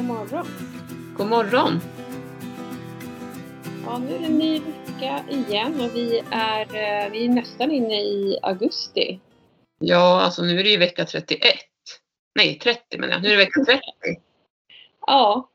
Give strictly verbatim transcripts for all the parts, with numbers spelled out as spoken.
God morgon. God morgon. Ja, nu är det en ny vecka igen och vi är, vi är nästan inne i augusti. Ja, alltså nu är det ju vecka trettioett. Nej, trettio menar jag. Nu är det vecka trettio. Ja.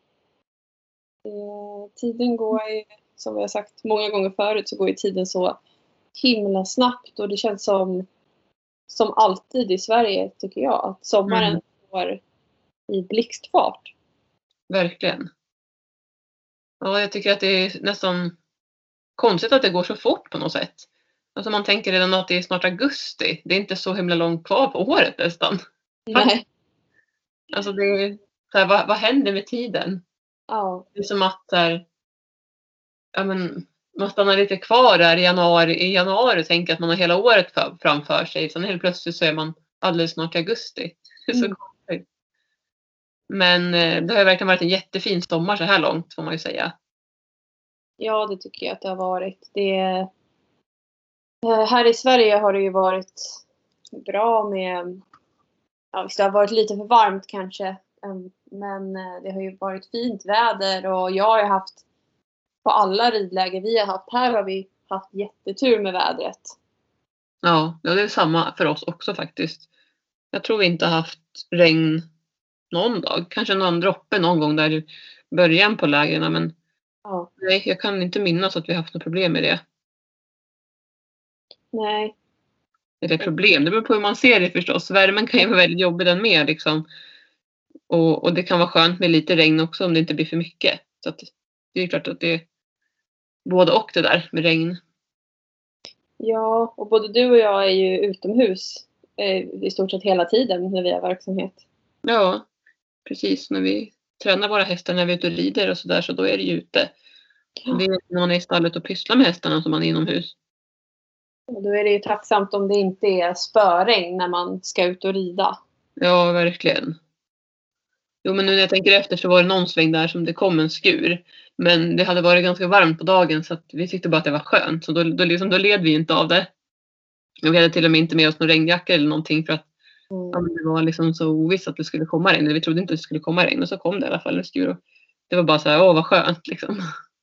Eh, tiden går ju, som vi har sagt många gånger förut, så går ju tiden så himla snabbt. Och det känns som, som alltid i Sverige, tycker jag, att sommaren Mm. går i blixtfart. Verkligen. Ja, jag tycker att det är nästan konstigt att det går så fort på något sätt. Alltså man tänker redan att det är snart augusti. Det är inte så himla långt kvar på året nästan. Nej. Alltså det är så här, vad, vad händer med tiden? Ja. Det är som att så här, ja, men, man stannar lite kvar där i januari, i januari och tänker att man har hela året för, framför sig. Sen helt plötsligt så är man alldeles snart i augusti. Det är så Mm. konstigt. Men eh, det har ju verkligen varit en jättefin sommar så här långt, får man ju säga. Ja, det tycker jag att det har varit. Det, eh, här i Sverige har det ju varit bra med, ja, visst, det har varit lite för varmt kanske, eh, men eh, det har ju varit fint väder och jag har ju haft, på alla ridläger vi har haft här har vi haft jättetur med vädret. Ja, det är samma för oss också faktiskt. Jag tror vi inte har haft regn någon dag. Kanske någon droppe någon gång där i början på lägren. Men Ja. nej, jag kan inte minnas att vi har haft något problem med det. Nej. Eller problem, det beror på hur man ser det förstås. Värmen kan ju vara väldigt jobbig den med liksom. Och, och det kan vara skönt med lite regn också om det inte blir för mycket. Så att det är klart att det är både och det där med regn. Ja, och både du och jag är ju utomhus eh, i stort sett hela tiden när vi har verksamhet. Ja, precis. När vi tränar våra hästar när vi är ute och rider och sådär, så då är det ju ute. Ja. Det är när man är i stallet och pysslar med hästarna som man är inomhus. Och då är det ju tacksamt om det inte är spöregn när man ska ut och rida. Ja, verkligen. Jo, men nu när jag tänker efter så var det någon sväng där som det kom en skur. Men det hade varit ganska varmt på dagen så att vi tyckte bara att det var skönt. Så då, då, liksom, då led vi inte av det. Och vi hade till och med inte med oss någon regnjacka eller någonting för att Mm. ja, det var liksom så ovisst att det skulle komma regn. Vi trodde inte att det skulle komma regn och så kom det i alla fall en skur. Och det var bara så här, åh vad skönt liksom.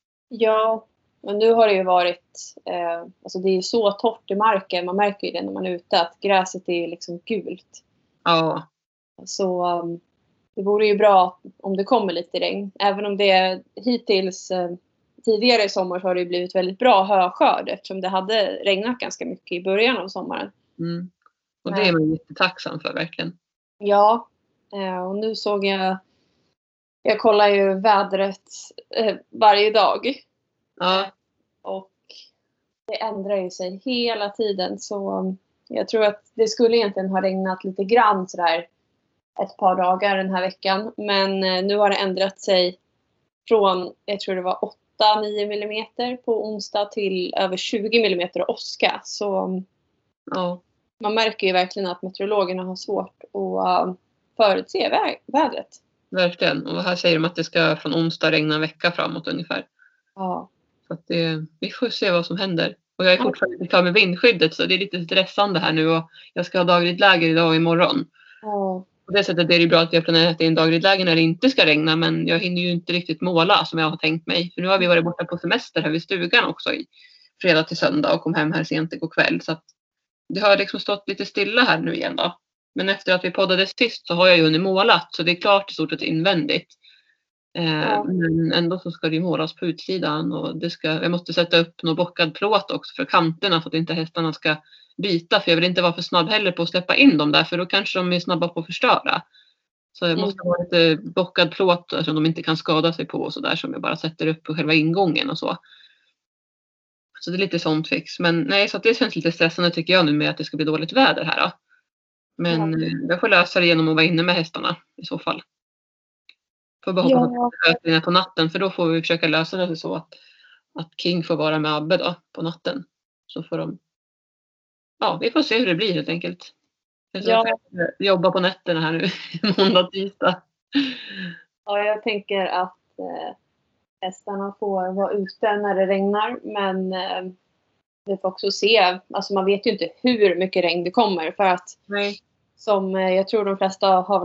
Ja, men nu har det ju varit, eh, alltså det är ju så torrt i marken. Man märker ju det när man är ute att gräset är liksom gult. Ja, Så um, det vore ju bra om det kommer lite regn. Även om det hittills eh, tidigare i sommar så har det ju blivit väldigt bra höskörd eftersom det hade regnat ganska mycket i början av sommaren. mm. Och det är man jättetacksam för verkligen. Ja, eh, och nu såg jag, jag kollar ju vädret eh, varje dag. Ja, Och det ändrar ju sig hela tiden. Så jag tror att det skulle egentligen ha regnat lite grann sådär ett par dagar den här veckan. Men nu har det ändrat sig från, jag tror det var åtta till nio millimeter på onsdag till över tjugo millimeter åska. Så ja. man märker ju verkligen att meteorologerna har svårt att förutse vä- vädret. Verkligen. Och här säger de att det ska från onsdag regna en vecka framåt ungefär. Ja. Så att det, vi får se vad som händer. Och jag är fortfarande inte klar med vindskyddet så det är lite stressande här nu. Och jag ska ha dagridläger idag och imorgon. Ja. På det sättet är det bra att jag planerar att det är en dagridläger när det inte ska regna. Men jag hinner ju inte riktigt måla som jag har tänkt mig. För nu har vi varit borta på semester här vid stugan också i fredag till söndag. Och kom hem här sent igår kväll. Så att det har liksom stått lite stilla här nu igen då. Men efter att vi poddade sist så har jag ju hunnit målat. Så det är klart i stort sett invändigt. Ja. Men ändå så ska det målas på utsidan och det ska, jag måste sätta upp någon bockad plåt också för kanterna så att inte hästarna ska byta, för jag vill inte vara för snabb heller på att släppa in dem där för då kanske de är snabba på att förstöra. Så jag måste ha lite bockad plåt som de inte kan skada sig på och så där som jag bara sätter upp på själva ingången och så. Så det är lite sånt fix. Men nej, så att det känns lite stressande tycker jag nu med att det ska bli dåligt väder här då. Men ja. Jag får lösa det genom att vara inne med hästarna i så fall. Får bara hoppas Ja. att det är på natten för då får vi försöka lösa det så att, att King får vara med Abbe då på natten. Så får de, ja vi får se hur det blir helt enkelt. Ja. Jag jobbar på nätterna här nu måndag, tisdag. Ja, jag tänker att eh, hästarna får vara ute när det regnar. Men eh, vi får också se, alltså man vet ju inte hur mycket regn det kommer. För att Nej. som eh, jag tror de flesta har väl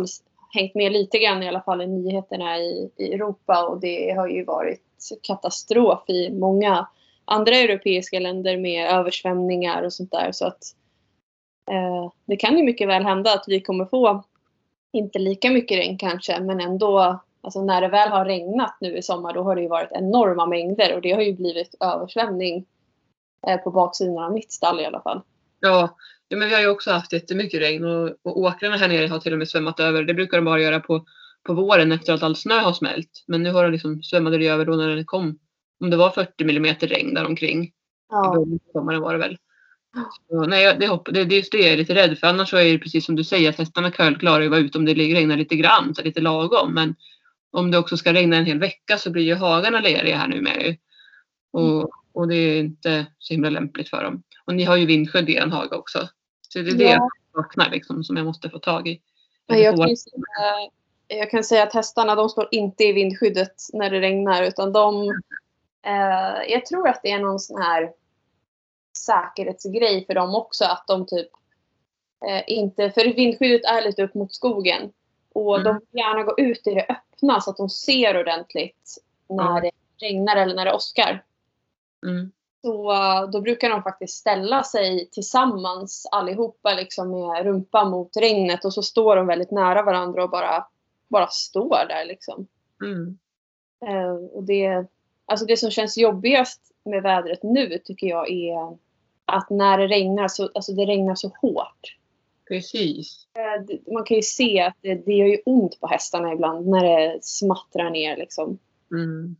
hängt med lite grann i alla fall i nyheterna i, i Europa, och det har ju varit katastrof i många andra europeiska länder med översvämningar och sånt där. Så att eh, det kan ju mycket väl hända att vi kommer få inte lika mycket regn kanske, men ändå, alltså när det väl har regnat nu i sommar, då har det ju varit enorma mängder, och det har ju blivit översvämning eh, på baksidan av mitt stall i alla fall. Ja, ja, men vi har ju också haft jättemycket regn, och, och åkrarna här nere har till och med svämmat över. Det brukar de bara göra på, på våren efter att all snö har smält. Men nu har det liksom svämmade det över då när det kom, om det var fyrtio millimeter regn där omkring. Ja. I början av sommaren var det väl. Så, nej, det, hopp, det, det är just det jag är lite rädd för. Annars så är det precis som du säger, att hästarna klarar ju vara ute om det regnar lite grann, så lite lagom. Men om det också ska regna en hel vecka så blir ju hagarna leriga här nu med. Och, och det är inte så himla lämpligt för dem. Och ni har ju vindskydd i er haga också. Så det är det Ja. jag saknar liksom, som jag måste få tag i. Jag, jag, kan säga, jag kan säga att hästarna, de står inte i vindskyddet när det regnar, utan de, eh, jag tror att det är någon sån här säkerhetsgrej för dem också, att de typ eh, inte, för vindskyddet är lite upp mot skogen, och mm. de vill gärna gå ut i det öppna så att de ser ordentligt när mm. det regnar eller när det åskar. Mm. Så då brukar de faktiskt ställa sig tillsammans allihopa liksom med rumpan mot regnet, och så står de väldigt nära varandra och bara, bara står där liksom. Mm. Eh, och det, alltså det som känns jobbigast med vädret nu tycker jag är att när det regnar så, alltså det regnar så hårt. Precis. Eh, det, man kan ju se att det, det gör ju ont på hästarna ibland när det smattrar ner liksom. Mm.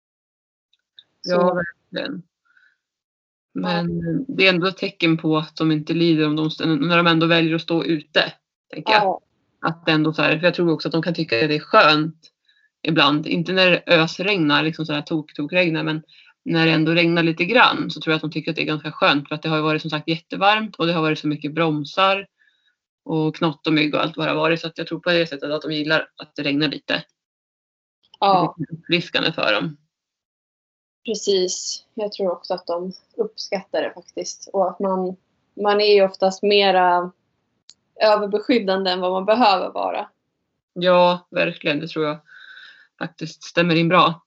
Så. Ja, verkligen. Men det är ändå ett tecken på att de inte lider om de, när de ändå väljer att stå ute, tänker jag. Ja. Att ändå så här, för jag tror också att de kan tycka att det är skönt ibland. Inte när det ösregnar, liksom så här tok, tok regnar, men när det ändå regnar lite grann så tror jag att de tycker att det är ganska skönt. För att det har varit som sagt jättevarmt, och det har varit så mycket bromsar och knott och mygg och allt vad det har varit. Så att jag tror på det sättet att de gillar att det regnar lite. Ja. Det är uppfriskande för dem. Precis. Jag tror också att de uppskattar det faktiskt. Och att man, man är ju oftast mera överbeskyddande än vad man behöver vara. Ja, verkligen. Det tror jag faktiskt stämmer in bra.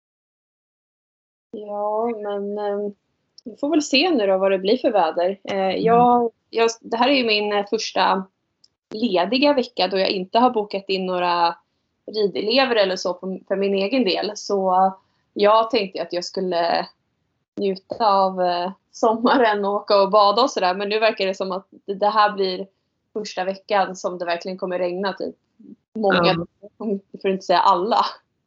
Ja, men eh, vi får väl se nu då vad det blir för väder. Eh, jag, jag, det här är ju min första lediga vecka då jag inte har bokat in några ridelever eller så för, för min egen del. Så jag tänkte att jag skulle njuta av eh, sommaren och åka och bada och sådär. Men nu verkar det som att det här blir första veckan som det verkligen kommer regna typ. Många, ja. För att inte säga alla.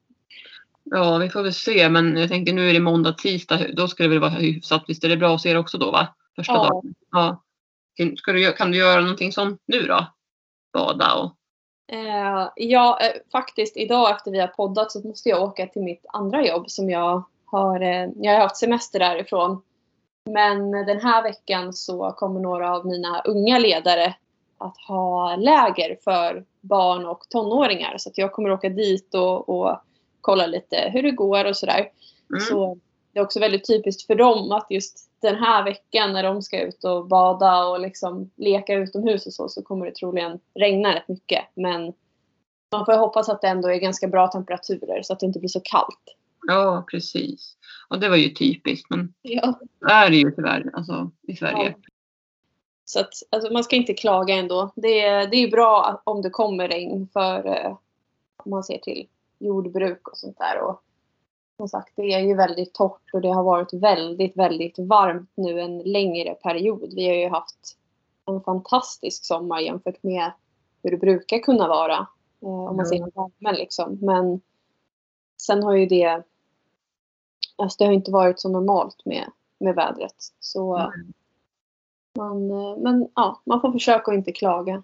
Ja, vi får väl se. Men jag tänker nu är det måndag, tisdag. Då ska det väl vara hyfsat. Visst är det bra att se det också då, va? Första ja. dagen. Ja. Ska du, kan du göra någonting sånt nu då? Bada och... Eh, ja, eh, faktiskt idag efter vi har poddat så måste jag åka till mitt andra jobb som jag har, eh, jag har haft semester därifrån. Men den här veckan så kommer några av mina unga ledare att ha läger för barn och tonåringar. Så att jag kommer åka dit och, och kolla lite hur det går och sådär. Mm. Så det är också väldigt typiskt för dem att just den här veckan när de ska ut och bada och liksom leka utomhus och så, så kommer det troligen regna rätt mycket. Men man får hoppas att det ändå är ganska bra temperaturer så att det inte blir så kallt. Ja, precis. Och det var ju typiskt, men ja. Det är det ju tyvärr alltså, i Sverige. Ja. Så att alltså, man ska inte klaga ändå. Det är, det är bra om det kommer regn för eh, om man ser till jordbruk och sånt där. Och som sagt, det är ju väldigt torrt och det har varit väldigt, väldigt varmt nu en längre period. Vi har ju haft en fantastisk sommar jämfört med hur det brukar kunna vara. Eh, om man ser på värmen liksom. Men sen har ju det, alltså det har inte varit så normalt med, med vädret. Så mm. man, men ja, man får försöka att inte klaga.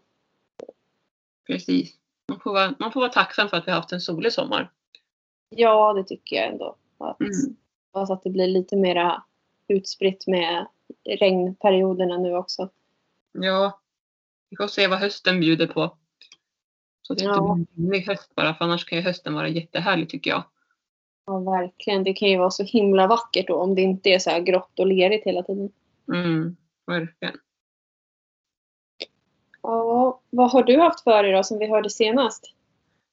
Precis. Man får vara, man får vara tacksam för att vi har haft en solig sommar. Ja, det tycker jag ändå. Att, mm. alltså att det blir lite mer utspritt med regnperioderna nu också. Ja, vi får se vad hösten bjuder på. Så det är ja. inte blir en höst bara, för annars kan ju hösten vara jättehärlig tycker jag. Ja, verkligen. Det kan ju vara så himla vackert då om det inte är så här grått och lerigt hela tiden. Mm, verkligen. Ja, vad har du haft för dig då som vi hörde senast?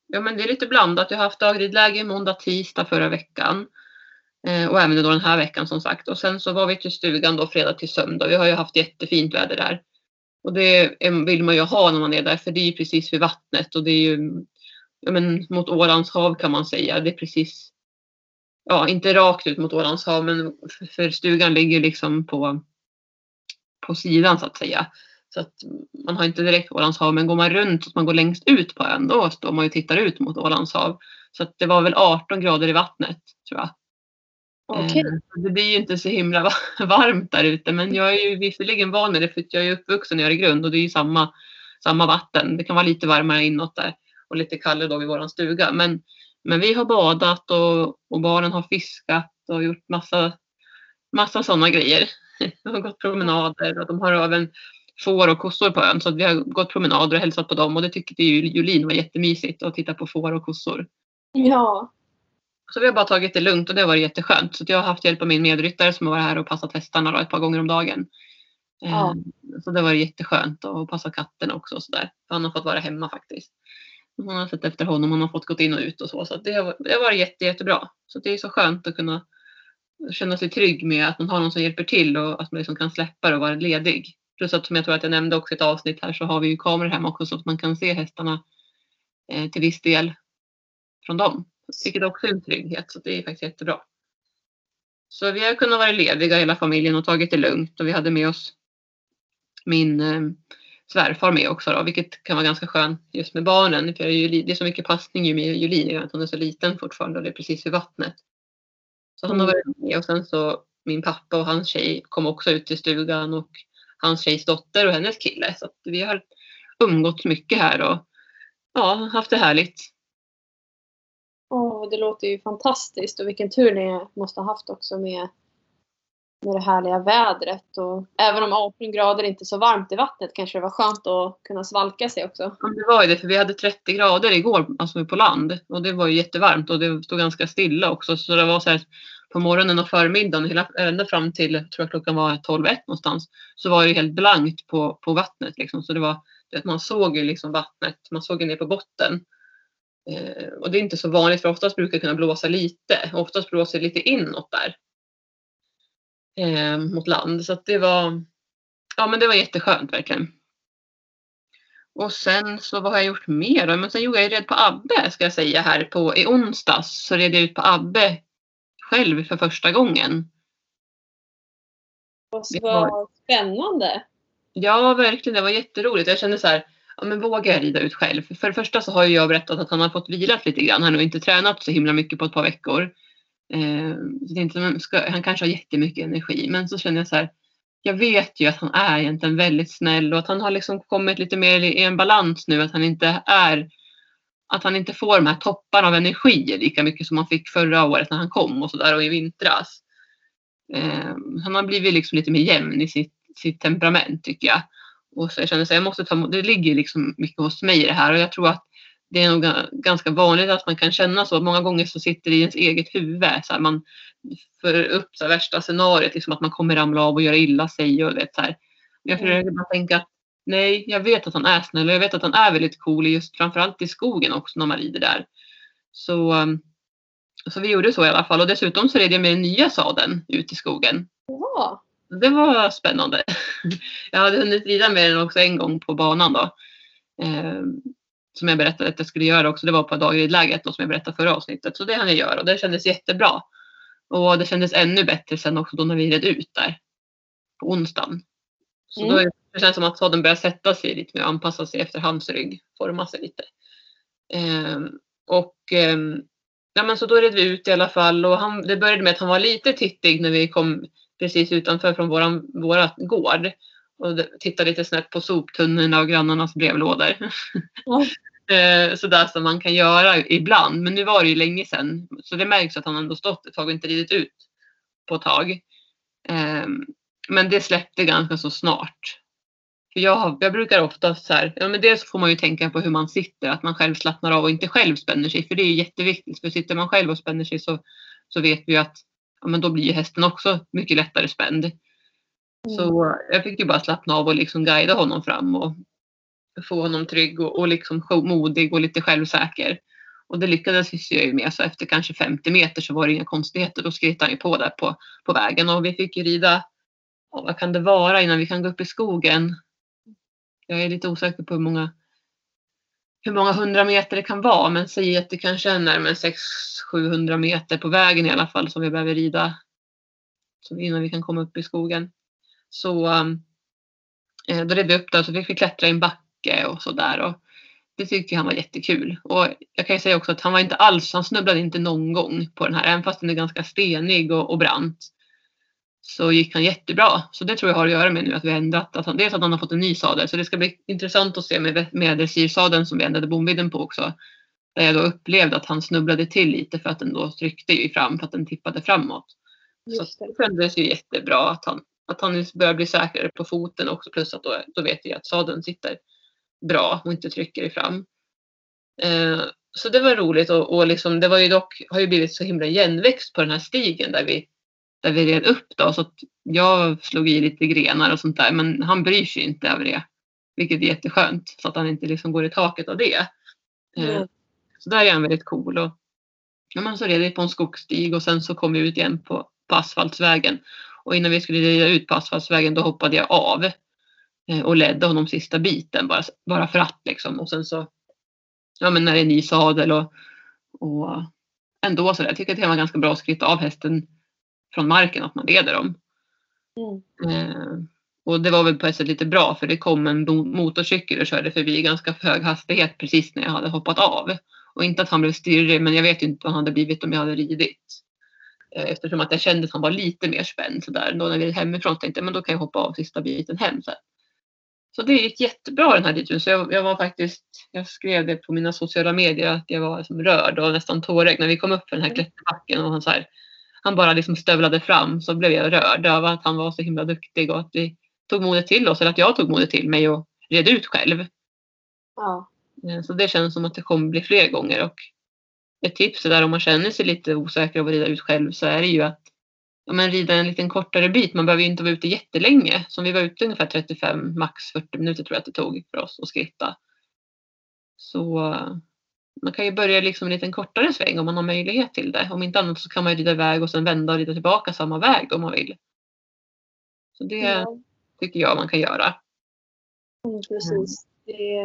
Ja, men det är lite blandat. Jag har haft dagridläge måndag, tisdag förra veckan. Eh, och även då den här veckan som sagt. Och sen så var vi till stugan då fredag till söndag. Vi har ju haft jättefint väder där. Och det vill man ju ha när man är där. För det är ju precis vid vattnet. Och det är ju ja, men, mot Ålands hav kan man säga. Det är precis, ja inte rakt ut mot Ålands hav. Men för stugan ligger liksom på, på sidan så att säga. Så att man har inte direkt Ålands hav. Men går man runt så att man går längst ut på ön. Då står man ju och tittar ut mot Ålands hav. Så att det var väl arton grader i vattnet tror jag. Okej. Det blir ju inte så himla varmt där ute, men jag är ju visserligen van med det för att jag är uppvuxen i Öregrund och det är ju samma, samma vatten. Det kan vara lite varmare inåt där och lite kallare då vid våran stuga. Men, men vi har badat och, och barnen har fiskat och gjort massa, massa sådana grejer. De har gått promenader och de har även får och kossor på ön så att vi har gått promenader och hälsat på dem och det tyckte ju Julin var jättemysigt att titta på får och kossor. Ja. Så vi har bara tagit det lugnt och det var jätteskönt. Så jag har haft hjälp av min medryttare som har varit här och passat hästarna då ett par gånger om dagen. Ja. Så det var jätteskönt och passa katten också och sådär. Han har fått vara hemma faktiskt. Hon har sett efter honom, han har fått gått in och ut och så. Så det har, det har varit jätte, jättebra. Så det är så skönt att kunna känna sig trygg med att man har någon som hjälper till och att man liksom kan släppa det och vara ledig. Plus att som jag tror att jag nämnde också i ett avsnitt här så har vi ju kameror hemma också så att man kan se hästarna eh, till viss del från dem. Vilket också är en trygghet så det är faktiskt jättebra. Så vi har kunnat vara lediga hela familjen och tagit det lugnt och vi hade med oss min eh, svärfar med också då, vilket kan vara ganska skönt just med barnen. För det är så mycket passning ju med Julin att hon är så liten fortfarande och det är precis vid vattnet. Så han har varit med och sen så min pappa och hans tjej kom också ut till stugan och hans tjejs dotter och hennes kille. Så att vi har umgått mycket här och ja, haft det härligt. Åh, det låter ju fantastiskt och vilken tur ni måste ha haft också med, med det härliga vädret. Och även om arton grader inte är så varmt i vattnet kanske det var skönt att kunna svalka sig också. Ja, det var ju det för vi hade trettio grader igår alltså på land och det var ju jättevarmt och det stod ganska stilla också. Så det var så här på morgonen och förmiddagen hela, ända fram till tror jag klockan var tolv ett någonstans så var det helt blankt på, på vattnet liksom. Så det var att man såg ju liksom vattnet, man såg ju ner på botten. Eh, och det är inte så vanligt för oftast brukar det kunna blåsa lite. Oftast blåser det lite inåt där. Eh, mot land. Så att det var ja men det var jätteskönt verkligen. Och sen så vad har jag gjort mer då? Men sen gjorde jag red på Abbe ska jag säga här på i onsdags. Så red jag ut på Abbe själv för första gången. Vad var spännande. Ja verkligen det var jätteroligt. Jag kände så här ja, men vågar jag rida ut själv? För det första så har jag berättat att han har fått vilat lite grann. Han har inte tränat så himla mycket på ett par veckor. Eh, så det är inte, ska, han kanske har jättemycket energi. Men så känner jag så här. Jag vet ju att han är egentligen väldigt snäll. Och att han har liksom kommit lite mer i en balans nu. Att han inte är. Att han inte får de här topparna av energi lika mycket som han fick förra året när han kom. Och sådär och i vintras. Eh, han har blivit liksom lite mer jämn i sitt, sitt temperament tycker jag. Och så jag känner att jag måste ta, det ligger liksom mycket hos mig i det här och jag tror att det är nog ganska vanligt att man kan känna så. Många gånger så sitter det i ens eget huvud. Så här, man för upp så här, värsta scenariet, liksom att man kommer ramla av och göra illa sig och vet så här. Jag försöker bara tänka att nej, jag vet att han är snäll och jag vet att han är väldigt cool just framförallt i skogen också när man rider där. Så, så vi gjorde så i alla fall och dessutom så red jag med den nya sadeln ut i skogen. Ja. Det var spännande. Jag hade hunnit rida med den också en gång på banan då. Eh, som jag berättade att jag skulle göra också. Det var på dagridläget som jag berättade förra avsnittet. Så det hann jag göra och det kändes jättebra. Och det kändes ännu bättre sen också då när vi red ut där. På onsdagen. Så mm. då det känns som att sadeln börjar sätta sig lite mer. Anpassa sig efter hans rygg. Forma sig lite. Eh, och eh, ja men så då red vi ut i alla fall. Och han, det började med att han var lite tittig när vi kom precis utanför från våran, vårat gård. Och tittade lite snett på soptunnorna och grannarnas brevlådor. Mm. Så där som man kan göra ibland. Men nu var det ju länge sedan. Så det märks att han ändå stått ett tag och inte ridit ut på ett tag. Men det släppte ganska så snart. För jag, jag brukar ofta så här. Ja, men dels får man ju tänka på hur man sitter. Att man själv slappnar av och inte själv spänner sig. För det är jätteviktigt. För sitter man själv och spänner sig så, så vet vi att ja, men då blir ju hästen också mycket lättare spänd. Mm. Så jag fick ju bara slappna av och liksom guida honom fram och få honom trygg och, och liksom modig och lite självsäker. Och det lyckades jag ju med. Så efter kanske femtio meter så var det inga konstigheter. Då skrev han ju på där på, på vägen. Och vi fick ju rida, ja, vad kan det vara innan vi kan gå upp i skogen? Jag är lite osäker på hur många, hur många hundra meter det kan vara. Men säg att det kanske är närmare sex sjuhundra meter på vägen i alla fall som vi behöver rida. Så innan vi kan komma upp i skogen. Så um, då red vi upp där, så fick vi klättra i en backe och sådär. Och det tyckte han var jättekul. Och jag kan ju säga också att han var inte alls, han snubblade inte någon gång på den här. Även fast den är ganska stenig och, och brant. Så gick han jättebra. Så det tror jag har att göra med nu att vi har ändrat. Att han, dels att han har fått en ny sadel. Så det ska bli intressant att se med, med dressyrsadeln som vi ändrade bomvidden på också. Där jag då upplevde att han snubblade till lite för att den då tryckte ju fram, för att den tippade framåt. Så det kändes ju jättebra att han, att han börjar bli säkrare på foten också. Plus att då, då vet jag att sadeln sitter bra och inte trycker i fram. Eh, så det var roligt och, och liksom, det var ju dock, har ju blivit så himla igenväxt på den här stigen där vi, där vi red upp då. Så att jag slog i lite grenar och sånt där, men han bryr sig inte över det. Vilket är jätteskönt, så att han inte liksom går i taket av det. Eh, mm. Så där är han väldigt cool. Och ja, man så red vi på en skogsstig och sen så kom vi ut igen på, på asfaltsvägen. Och innan vi skulle rida ut på asfaltsvägen då hoppade jag av. Och ledde honom sista biten bara, bara för att liksom. Och sen så, ja men när det är ny sadel och, och ändå så där. Jag tycker att det var ganska bra att skritta av hästen från marken, att man leder dem. Mm. Eh, och det var väl på ett sätt lite bra, för det kom en motorcykel och körde förbi ganska hög hastighet precis när jag hade hoppat av. Och inte att han blev styrrig, men jag vet inte vad han hade blivit om jag hade ridit. Eh, eftersom att jag kände att han var lite mer spänd så där. Då när vi är hemifrån tänkte jag, men då kan jag hoppa av sista biten hem sen. Så det gick jättebra den här rituren. Så jag, jag var faktiskt, jag skrev det på mina sociala medier att jag var som rörd och nästan tårögd när vi kom upp för den här klätterbacken. Och han, så här, han bara liksom stövlade fram, så blev jag rörd av att han var så himla duktig och att vi tog modet till oss, eller att jag tog modet till mig och red ut själv. Ja. Så det känns som att det kommer bli fler gånger. Och ett tips är där om man känner sig lite osäker av att rida ut själv, så är det ju att ja, men rida en liten kortare bit. Man behöver ju inte vara ute jättelänge. Som vi var ute ungefär trettiofem, max fyrtio minuter tror jag att det tog för oss att skritta. Så man kan ju börja liksom en liten kortare sväng om man har möjlighet till det. Om inte annat så kan man ju rida iväg och sen vända och rida tillbaka samma väg om man vill. Så det ja. tycker jag man kan göra. Mm, precis. Det,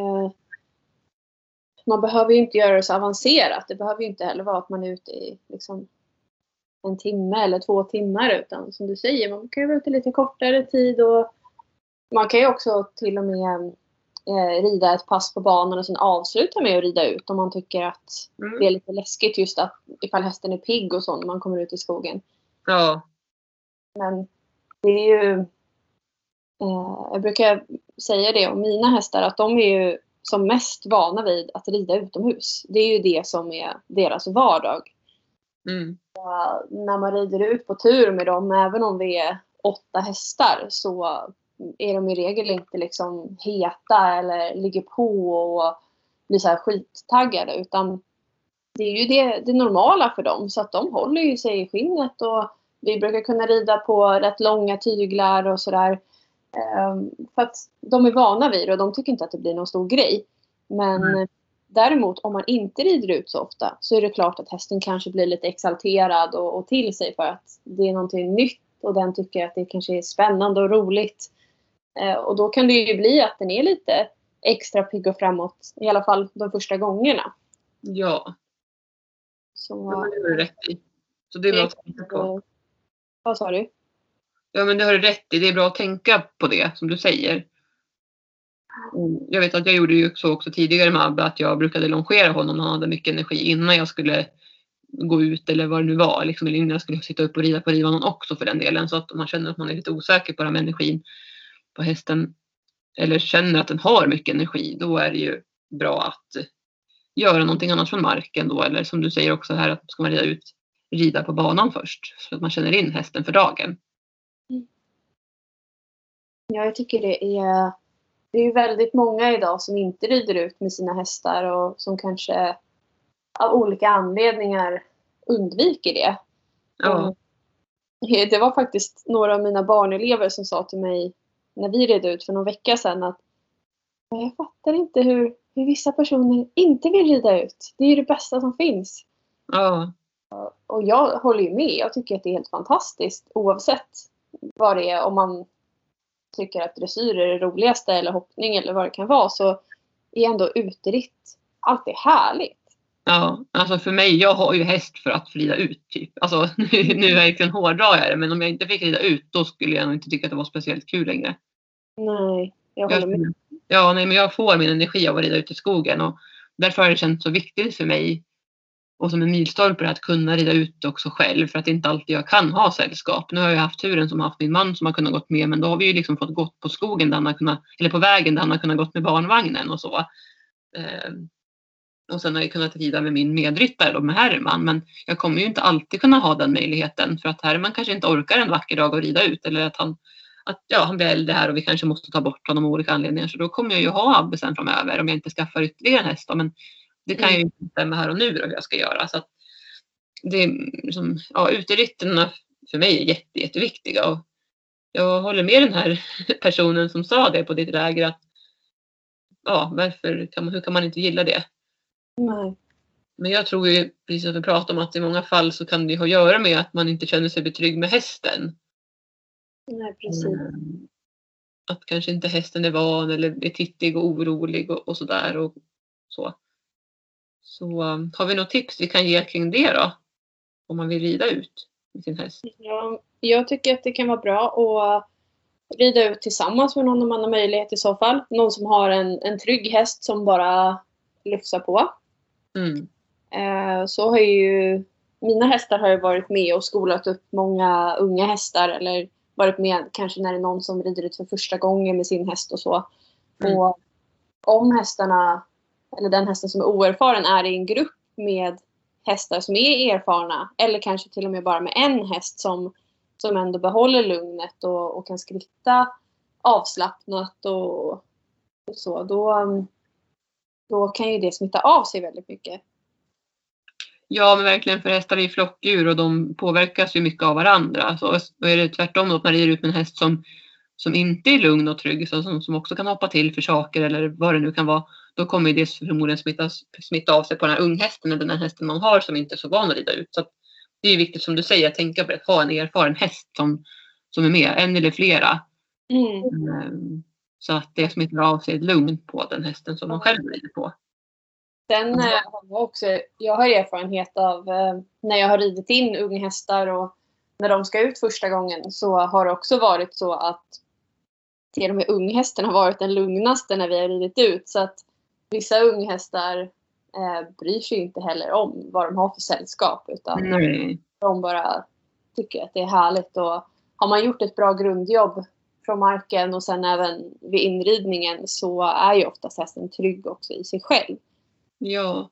man behöver ju inte göra det så avancerat. Det behöver ju inte heller vara att man är ute i liksom en timme eller två timmar, utan som du säger, man kan ju vara ute lite kortare tid och man kan ju också till och med eh, rida ett pass på banan och sen avsluta med att rida ut om man tycker att mm. det är lite läskigt just att ifall hästen är pigg och så när man kommer ut i skogen. Ja. Men det är ju eh, jag brukar säga det om mina hästar att de är ju som mest vana vid att rida utomhus. Det är ju det som är deras vardag. Mm. När man rider ut på tur med dem, även om vi är åtta hästar, så är de i regel inte liksom heta eller ligger på och blir så här skittaggade, utan det är ju det, det normala för dem, så att de håller ju sig i skinnet och vi brukar kunna rida på rätt långa tyglar och sådär, för att de är vana vid det och de tycker inte att det blir någon stor grej. Men mm. däremot om man inte rider ut så ofta så är det klart att hästen kanske blir lite exalterad och, och till sig för att det är någonting nytt och den tycker att det kanske är spännande och roligt. Eh, och då kan det ju bli att den är lite extra pigg och framåt, i alla fall de första gångerna. Ja. Så, ja, men det har du rätt i. Så det är bra att tänka på. Vad sa du? Ja, men det har du rätt i. Det är bra att tänka på det som du säger. Jag vet att jag gjorde ju så också tidigare med Abbe, att jag brukade longera honom när han hade mycket energi innan jag skulle gå ut eller vad det nu var, liksom, eller innan jag skulle sitta upp och rida på rivanon också för den delen. Så att om man känner att man är lite osäker på den energin på hästen eller känner att den har mycket energi, då är det ju bra att göra någonting annat från marken då, eller som du säger också här, att ska man rida ut, rida på banan först så att man känner in hästen för dagen. Ja, jag tycker det är Det är ju väldigt många idag som inte rider ut med sina hästar och som kanske av olika anledningar undviker det. Ja. Det var faktiskt några av mina barnelever som sa till mig när vi red ut för någon vecka sedan att jag fattar inte hur, hur vissa personer inte vill rida ut. Det är ju det bästa som finns. Ja. Och jag håller ju med. Jag tycker att det är helt fantastiskt. Oavsett vad det är. Om man tycker att dressyr är det roligaste. Eller hoppning eller vad det kan vara. Så är ändå uteritt alltid härligt. Ja, alltså för mig, jag har ju häst för att rida ut typ. Alltså nu, nu verkligen hårdrar jag det. Men om jag inte fick rida ut, då skulle jag nog inte tycka att det var speciellt kul längre. Nej, jag håller med. Jag, ja, nej, men jag får min energi av att rida ut i skogen. Och därför har det känts så viktigt för mig. Och som en milstolpe att kunna rida ut också själv. För att inte alltid jag kan ha sällskap. Nu har jag haft turen som har haft min man som har kunnat gått med. Men då har vi ju liksom fått gått på skogen där han har kunnat, eller på vägen där han har kunnat gått med barnvagnen och så. Eh, och sen har jag kunnat rida med min medryttare då, med Herman. Men jag kommer ju inte alltid kunna ha den möjligheten. För att Herman kanske inte orkar en vacker dag att rida ut. Eller att han, att, ja, han blir äldre här och vi kanske måste ta bort honom av olika anledningar. Så då kommer jag ju ha Abbe sen framöver om jag inte skaffar ytterligare en häst. Då. Men det kan jag ju inte bestämma här och nu då hur jag ska göra. Så att det är liksom, ja, uteritterna för mig är jätte, jätteviktiga. Och jag håller med den här personen som sa det på ditt läger. Att, ja, varför kan man, hur kan man inte gilla det? Nej. Men jag tror ju, precis som vi pratade om, att i många fall så kan det ha att göra med att man inte känner sig betrygg med hästen. Nej, precis. Mm. Att kanske inte hästen är van eller är tittig och orolig och, och sådär och så. Så um, har vi något tips vi kan ge kring det då? Om man vill rida ut med sin häst. Ja, jag tycker att det kan vara bra att rida ut tillsammans med någon om man har möjlighet i så fall. Någon som har en, en trygg häst som bara lyfter på. Mm. Eh, så har ju mina hästar har ju varit med och skolat upp många unga hästar. Eller varit med kanske när det är någon som rider ut för första gången med sin häst och så. Mm. Och om hästarna, eller den hästen som är oerfaren, är i en grupp med hästar som är erfarna. Eller kanske till och med bara med en häst som, som ändå behåller lugnet och, och kan skritta avslappnat och, och så. Då, då kan ju det smitta av sig väldigt mycket. Ja, men verkligen, för hästar är flockdjur och de påverkas ju mycket av varandra. Så då är det tvärtom då, att man rider ut med en häst som, som inte är lugn och trygg, så som, som också kan hoppa till för saker eller vad det nu kan vara. Då kommer det förmodligen smitta, smitta av sig på den här unghästen eller den här hästen man har som inte är så van att rida ut. Så att det är viktigt som du säger att tänka på att ha en erfaren häst som, som är med, en eller flera. Mm. Så att det smittar av sig ett lugn på den hästen som man själv rider på. Sen eh, har jag också, jag har erfarenhet av eh, när jag har ridit in unghästar och när de ska ut första gången, så har det också varit så att till och med unghästen har varit den lugnaste när vi har ridit ut. Så att vissa unghästar eh, bryr sig inte heller om vad de har för sällskap, utan Nej. de bara tycker att det är härligt. Och har man gjort ett bra grundjobb från marken och sen även vid inridningen, så är ju oftast hästen trygg också i sig själv. Ja.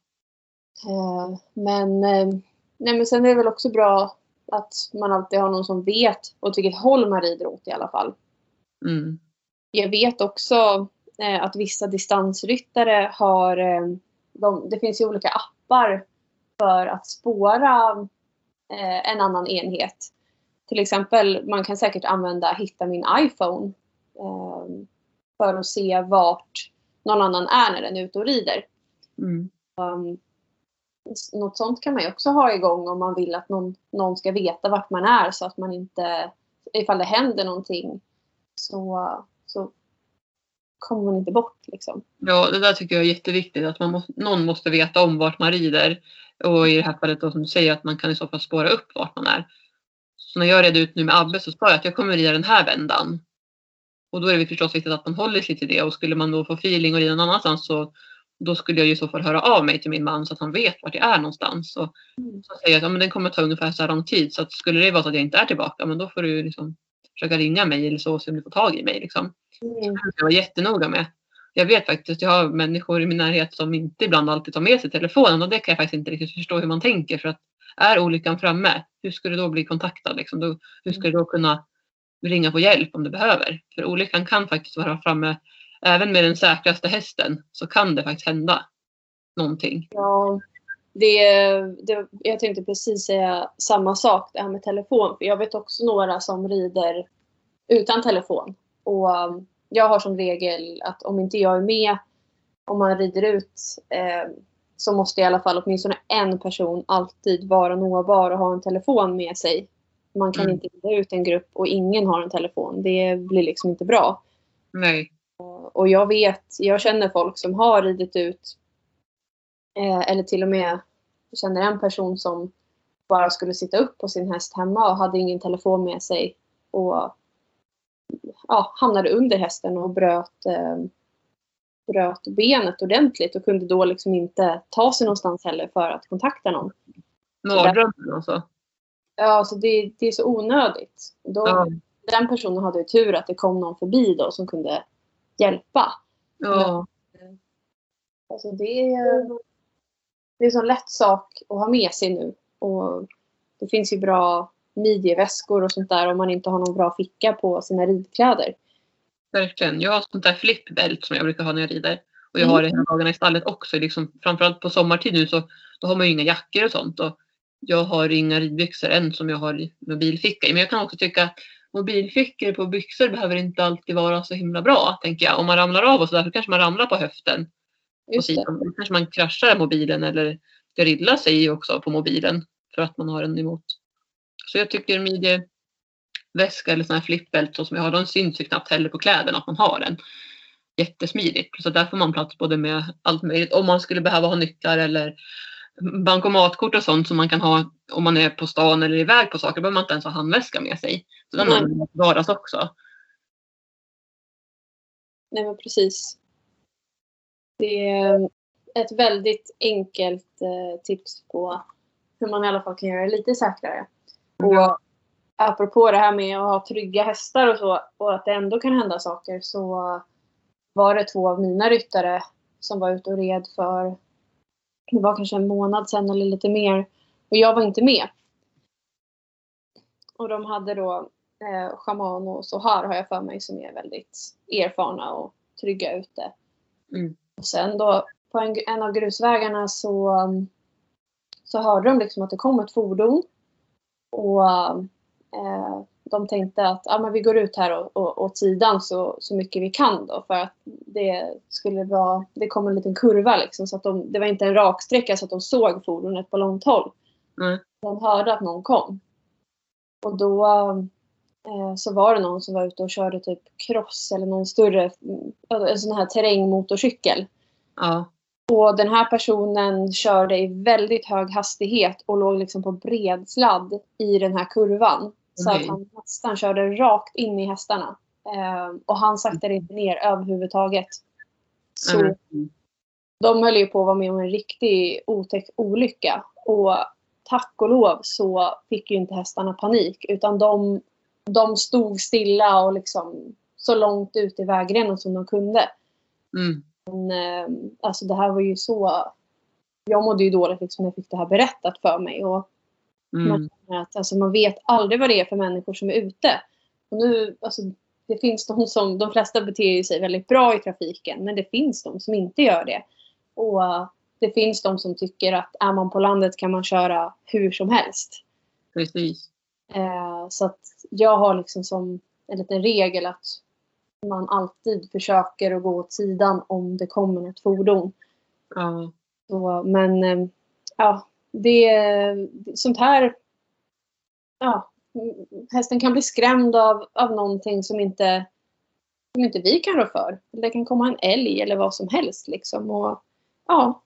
Eh, men, eh, nej, men sen är det väl också bra att man alltid har någon som vet åt vilket håll man rider åt i alla fall. Mm. Jag vet också eh, att vissa distansryttare har, eh, de, det finns ju olika appar för att spåra eh, en annan enhet. Till exempel, man kan säkert använda Hitta min iPhone eh, för att se vart någon annan är när den är ute och rider. Mm. Um, något sånt kan man ju också ha igång om man vill att någon, någon ska veta vart man är, så att man inte, ifall det händer någonting, så, så kommer man inte bort liksom. Ja, det där tycker jag är jätteviktigt, att man måste, någon måste veta om vart man rider. Och i det här fallet då, som du säger, att man kan i så fall spåra upp vart man är. Så när jag red ut nu med Abbe så sa jag att jag kommer rida den här vändan. Och då är det förstås viktigt att man håller sig till det. Och skulle man då få feeling och rida någon annanstans, så då skulle jag i så fall höra av mig till min man så att han vet vart jag är någonstans. Och så säger jag att ja, men den kommer ta ungefär så här lång tid. Så att skulle det vara så att jag inte är tillbaka, men då får du liksom försöka ringa mig eller så, så om du får tag i mig. Liksom. Mm. Jag var jättenoga med. Jag vet faktiskt att jag har människor i min närhet som inte ibland alltid tar med sig telefonen. Och det kan jag faktiskt inte riktigt förstå hur man tänker. För att är olyckan framme, hur ska du då bli kontaktad? Liksom? Då, hur ska du då kunna ringa på hjälp om du behöver? För olyckan kan faktiskt vara framme. Även med den säkraste hästen så kan det faktiskt hända någonting. Ja, det, det, jag tänkte precis säga samma sak, det här med telefon. För jag vet också några som rider utan telefon. Och um, jag har som regel att om inte jag är med om man rider ut eh, så måste i alla fall åtminstone en person alltid vara nåbar och ha en telefon med sig. Man kan Mm. inte rida ut en grupp och ingen har en telefon. Det blir liksom inte bra. Nej. Och jag vet, jag känner folk som har ridit ut eh, eller till och med jag känner en person som bara skulle sitta upp på sin häst hemma och hade ingen telefon med sig och ja, hamnade under hästen och bröt, eh, bröt benet ordentligt och kunde då liksom inte ta sig någonstans heller för att kontakta någon. Mardrömmen alltså. Ja, så det, det är så onödigt. Då, Ja. Den personen hade ju tur att det kom någon förbi då som kunde hjälpa. Ja. Men, alltså det är, det är en sån lätt sak att ha med sig nu. Och det finns ju bra midjeväskor och sånt där om man inte har någon bra ficka på sina ridkläder. Verkligen. Jag har sånt där flipbält som jag brukar ha när jag rider. Och jag Mm. har det hela dagarna i stallet också. Liksom, framförallt på sommartid nu så då har man ju inga jackor och sånt. Och jag har inga ridbyxor än som jag har i mobilficka i. Men jag kan också tycka att mobilfickor på byxor behöver inte alltid vara så himla bra, tänker jag. Om man ramlar av och så där, så kanske man ramlar på höften. På sidan. Då kanske man kraschar mobilen eller grillar sig också på mobilen för att man har den emot. Så jag tycker midjeväska eller sån här flipbält så som jag har, de syns ju knappt heller på kläderna att man har den. Jättesmidigt. Så där får man plats både med allt möjligt. Om man skulle behöva ha nycklar eller bankomatkort och sånt som man kan ha om man är på stan eller iväg på saker. Då behöver man inte ens ha handväska med sig. Så den Mm. har varas också. Nej men precis. Det är ett väldigt enkelt eh, tips på hur man i alla fall kan göra det lite säkrare. Ja. Och apropå det här med att ha trygga hästar och så och att det ändå kan hända saker så var det två av mina ryttare som var ute och red för det var kanske en månad sedan eller lite mer och jag var inte med. Och de hade då eh, Shaman och Sohar har jag för mig som är väldigt erfarna och trygga ute. Mm. Och sen då på en, en av grusvägarna så, så hörde de liksom att det kom ett fordon. Och eh, de tänkte att ah, men vi går ut här och, och, åt sidan så, så mycket vi kan då. För att det skulle vara, det kom en liten kurva liksom. Så att de, det var inte en raksträcka så att de såg fordonet på långt håll. Mm. De hörde att någon kom. Och då eh, så var det någon som var ute och körde typ cross eller någon större en sån här terrängmotorcykel. Ja. Och den här personen körde i väldigt hög hastighet och låg liksom på bredsladd i den här kurvan. Så Nej. att han nästan körde rakt in i hästarna. Eh, och han saktade inte ner överhuvudtaget. Så Mm. de höll ju på att vara med om en riktig otäck olycka. Och tack och lov så fick ju inte hästarna panik. Utan de, de stod stilla och liksom så långt ut i vägrenen som de kunde. Mm. Men, eh, alltså det här var ju så... Jag mådde ju dåligt liksom när jag fick det här berättat för mig. Och Mm. man, känner att, alltså, man vet aldrig vad det är för människor som är ute. Och nu, alltså, det finns de som... De flesta beter sig väldigt bra i trafiken. Men det finns de som inte gör det. Och uh, det finns de som tycker att är man på landet kan man köra hur som helst. Precis. Eh, så att jag har liksom som en liten regel att man alltid försöker att gå åt sidan om det kommer ett fordon. Ja. Så, men eh, ja, det sånt här. Ja, hästen kan bli skrämd av, av någonting som inte, som inte vi kan rå för. Det kan komma en älg eller vad som helst liksom. Och ja,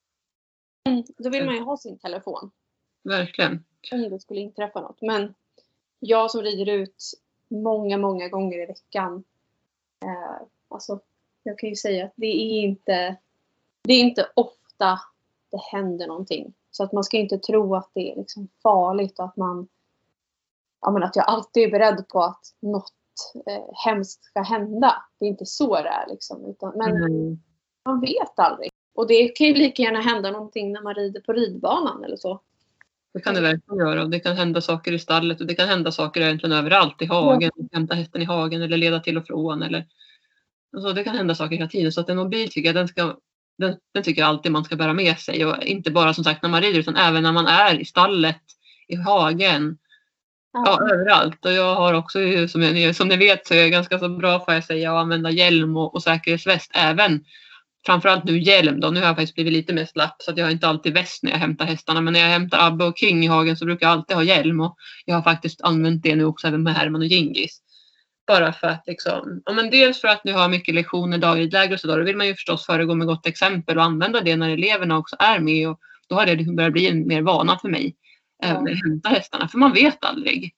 då vill man ju ha sin telefon. Verkligen. Om det skulle inträffa något. Men jag som rider ut många, många gånger i veckan. Eh, alltså, jag kan ju säga att det är inte, det är inte ofta det händer någonting. Så att man ska inte tro att det är liksom farligt och att man, ja, men att jag alltid är beredd på att något eh, hemskt ska hända. Det är inte så det är liksom. Utan, men Mm. man vet aldrig. Och det kan ju lika gärna hända någonting när man rider på ridbanan eller så. Det kan det verkligen göra. Och det kan hända saker i stallet och det kan hända saker egentligen överallt i hagen. Ja. Hämta hästen i hagen eller leda till och från. Eller, alltså det kan hända saker hela tiden. Så att en mobil tycker jag, den, ska, den, den tycker jag alltid man ska bära med sig. Och inte bara som sagt när man rider utan även när man är i stallet, i hagen. Ja, ja överallt. Och jag har också, som, jag, som ni vet så är jag ganska så bra för att säga att använda hjälm och, och säkerhetsväst även framförallt nu hjälm då. Nu har jag faktiskt blivit lite mer slapp så att jag har inte alltid väst när jag hämtar hästarna. Men när jag hämtar Abbe och King i hagen så brukar jag alltid ha hjälm. Och jag har faktiskt använt det nu också även med Herman och Gingis. Bara för att liksom, ja men dels för att nu har jag mycket lektioner dagligt och så då vill man ju förstås föregå med gott exempel och använda det när eleverna också är med. Och då har det liksom börjat bli en mer vana för mig. Ja. När jag hämtar hästarna. För man vet aldrig.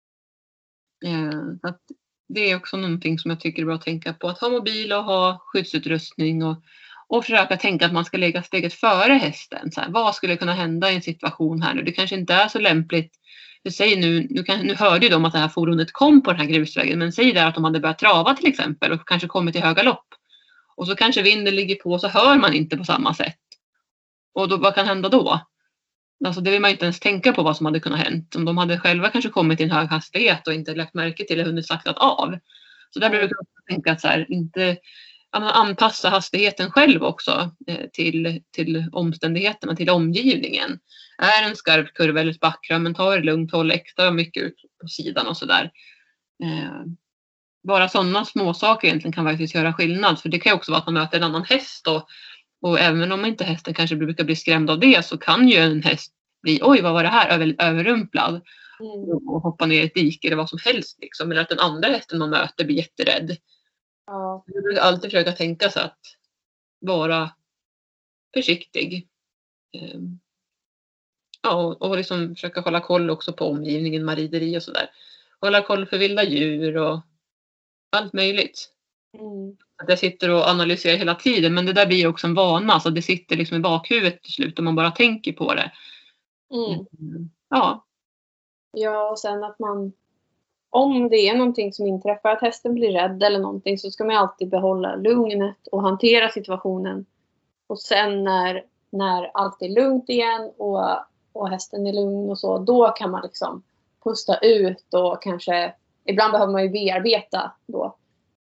Så att det är också någonting som jag tycker är bra att tänka på. Att ha mobil och ha skyddsutrustning. Och, och försöka tänka att man ska lägga steget före hästen. Så här, vad skulle kunna hända i en situation här nu? Det kanske inte är så lämpligt. Du säger nu, nu, kan, nu hörde ju de att det här fordonet kom på den här grusvägen. Men säg där att de hade börjat trava till exempel. Och kanske kommit till höga lopp. Och så kanske vinden ligger på så hör man inte på samma sätt. Och då, vad kan hända då? Alltså det vill man inte ens tänka på vad som hade kunnat hänt. Om de hade själva kanske kommit i en hög hastighet och inte lagt märke till eller hunnit saktat av. Så där brukar jag tänka att så här, inte anpassa hastigheten själv också eh, till, till omständigheterna, till omgivningen. Är en skarp kurva eller ett backram, men ta det lugnt, håll extra mycket ut på sidan och sådär. Eh, bara sådana små saker egentligen kan faktiskt göra skillnad. För det kan ju också vara att man möter en annan häst och Och även om inte hästen kanske brukar bli skrämd av det så kan ju en häst bli, oj vad var det här, väldigt överrumplad. Mm. Och hoppa ner i ett dike eller vad som helst. Liksom. Eller att den andra hästen man möter blir jätterädd. Ja. Jag brukar alltid försöka tänka så att vara försiktig. Um, ja, och, och liksom försöka hålla koll också på omgivningen, man rider i och sådär. Hålla koll för vilda djur och allt möjligt. Mm. Att jag sitter och analyserar hela tiden. Men det där blir också en vana. Så det sitter liksom i bakhuvudet till slut. Om man bara tänker på det. Mm. Mm. Ja. Ja, och sen att man... Om det är någonting som inträffar, att hästen blir rädd eller någonting, så ska man alltid behålla lugnet och hantera situationen. Och sen när, när allt är lugnt igen och, och hästen är lugn och så, då kan man liksom pusta ut och kanske... Ibland behöver man ju bearbeta då.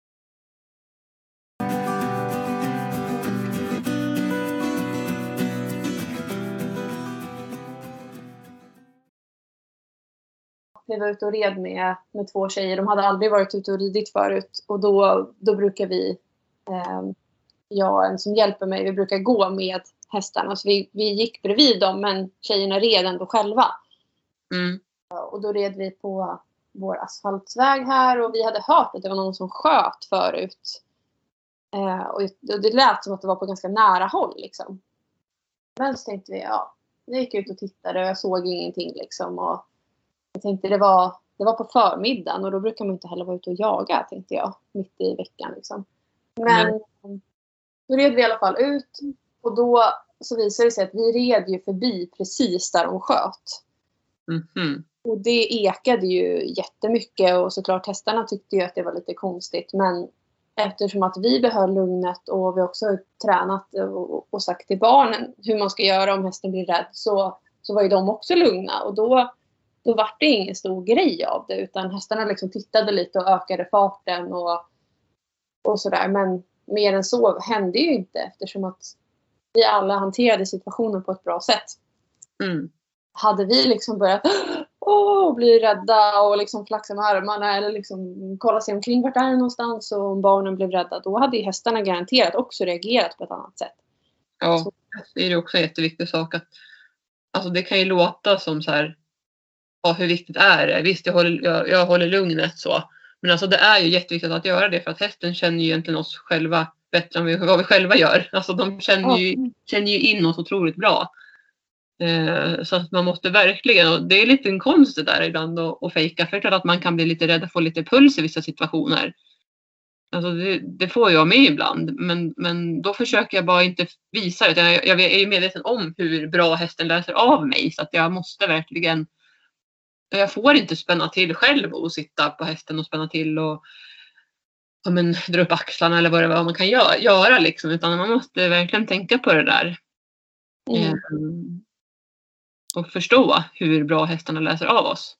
Vi var ute och red med, med två tjejer. De hade aldrig varit ute och ridit förut. Och då, då brukar vi, eh, jag en som hjälper mig, vi brukar gå med hästarna. Så vi, vi gick bredvid dem, men tjejerna red ändå själva. Mm. Och då red vi på vår asfaltsväg här. Och vi hade hört att det var någon som sköt förut. Eh, och det lät som att det var på ganska nära håll liksom. Men så tänkte vi, ja, jag gick ut och tittade och jag såg ingenting liksom. Och jag tänkte det var, det var på förmiddagen och då brukar man inte heller vara ute och jaga, tänkte jag, mitt i veckan liksom. Men mm. då red vi i alla fall ut och då så visade det sig att vi red ju förbi precis där de sköt. Mm-hmm. Och det ekade ju jättemycket och såklart hästarna tyckte ju att det var lite konstigt. Men eftersom att vi behöll lugnet och vi också har tränat och, och sagt till barnen hur man ska göra om hästen blir rädd, så, så var ju de också lugna. Och då Då var det ingen stor grej av det. Utan hästarna liksom tittade lite och ökade farten. Och, och sådär. Men mer än så hände ju inte. Eftersom att vi alla hanterade situationen på ett bra sätt. Mm. Hade vi liksom börjat åh, bli rädda och liksom flaxa med armarna. Eller liksom kolla sig omkring vart är det någonstans. Och om barnen blev rädda. Då hade ju hästarna garanterat också reagerat på ett annat sätt. Ja, så. Det är också en jätteviktig sak. Att, alltså det kan ju låta som så här. Ja, hur viktigt är det? Visst, jag håller, jag, jag håller lugnet så. Men alltså det är ju jätteviktigt att göra det. För att hästen känner ju egentligen oss själva bättre än vi, vad vi själva gör. Alltså de känner ju, känner ju in oss otroligt bra. Eh, så att man måste verkligen, och det är lite en konst det där ibland att, att fejka. För att man kan bli lite rädd att få lite puls i vissa situationer. Alltså det, det får jag med ibland. Men, men då försöker jag bara inte visa det. Jag, jag är ju medveten om hur bra hästen läser av mig. Så att jag måste verkligen... Jag får inte spänna till själv och sitta på hästen och spänna till och ja, men, dra upp axlarna eller vad det vad man kan göra, göra liksom. Utan man måste verkligen tänka på det där. Mm. Um, och förstå hur bra hästarna läser av oss.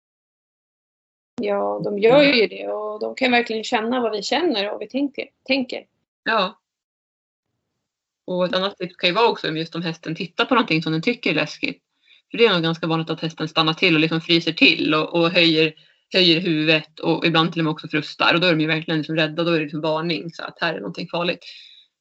Ja, de gör ju det och de kan verkligen känna vad vi känner och vad vi tänker. tänker. Ja. Och ett annat tips kan ju vara också just om hästen tittar på någonting som den tycker är läskigt. För det är nog ganska vanligt att hästen stannar till och liksom fryser till och, och höjer, höjer huvudet och ibland till och med också frustar. Och då är de ju verkligen liksom rädda, då är det liksom varning så att här är någonting farligt.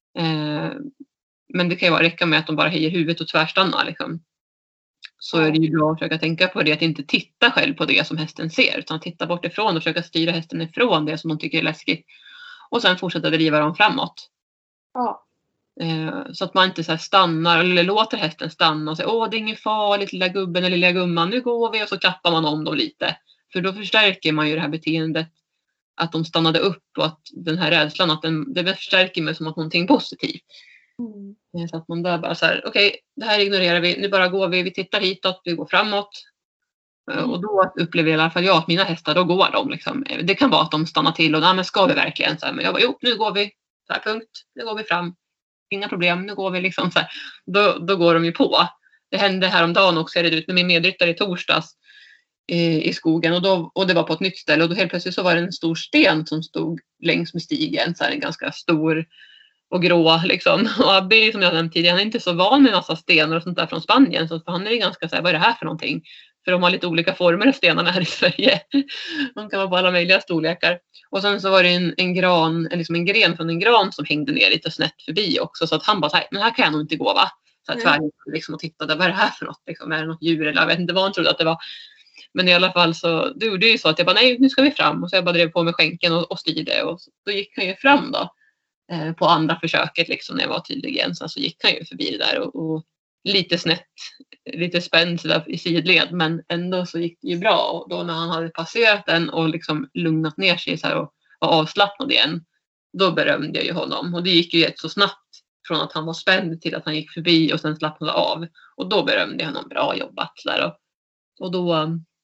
Eh, men det kan ju vara räcka med att de bara höjer huvudet och tvärstannar liksom. Så Ja. är det ju bra att försöka tänka på det, att inte titta själv på det som hästen ser, utan titta bort ifrån och försöka styra hästen ifrån det som de tycker är läskigt. Och sen fortsätta driva dem framåt. Ja. Eh, så att man inte så här stannar eller låter hästen stanna och säger åh det är inget farligt lilla gubben eller lilla gumman, nu går vi, och så klappar man om dem lite. För då förstärker man ju det här beteendet att de stannade upp och att den här rädslan, att den, det förstärker mig som att någonting positivt. Mm. Så att man där bara så här, okej, okay, det här ignorerar vi, nu bara går vi, vi tittar hitåt, vi går framåt. Mm. Och då upplever i alla fall jag att mina hästar, då går de liksom. Det kan vara att de stannar till och, nej men ska vi verkligen? Så här, men jag bara, jo, nu går vi, så här, punkt, nu går vi fram. Inga problem, nu går vi liksom så här. Då, då går de ju på. Det hände häromdagen också, är det ut med min medryttare i torsdags i, i skogen. Och, då, och det var på ett nytt ställe och då helt plötsligt så var det en stor sten som stod längs med stigen. Så här, en ganska stor och grå liksom. Och Abby, som jag nämnt tidigare, han är inte så van med massa stenar och sånt där från Spanien. Så för han är ganska så här, vad är det här för någonting? För de har lite olika former, stenarna här i Sverige. De kan vara på alla möjliga storlekar. Och sen så var det en, en gran, liksom en gren från en gran som hängde ner lite snett förbi också. Så att han bara så här, men här kan jag nog inte gå va? Så här tvär liksom och tittade, vad är det här för något? Liksom, är det något djur eller jag vet inte vad han trodde att det var. Men i alla fall så, det gjorde ju så att jag bara, nej nu ska vi fram. Och så jag bara drev på med skänken och, och styrde. Och så, då gick han ju fram då. Eh, på andra försöket liksom när jag var tydlig igen. Så, så gick han ju förbi det där och, och lite snett, lite spänd där i sidled, men ändå så gick det ju bra. Och då när han hade passerat den och liksom lugnat ner sig så här och var avslappnad igen, då berömde jag ju honom. Och det gick ju så snabbt från att han var spänd till att han gick förbi och sen slappnade av. Och då berömde jag honom, bra jobbat. Så där. Och, och då,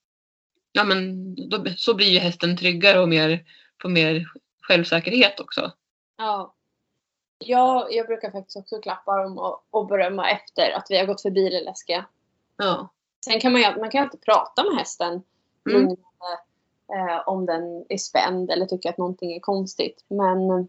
ja men, då, så blir ju hästen tryggare och mer, på mer självsäkerhet också. Ja. Ja, jag brukar faktiskt också klappa dem och, och berömma efter att vi har gått förbi det läskiga. Ja. Sen kan man ju man kan alltid prata med hästen mm. eh, om den är spänd eller tycker att någonting är konstigt. Men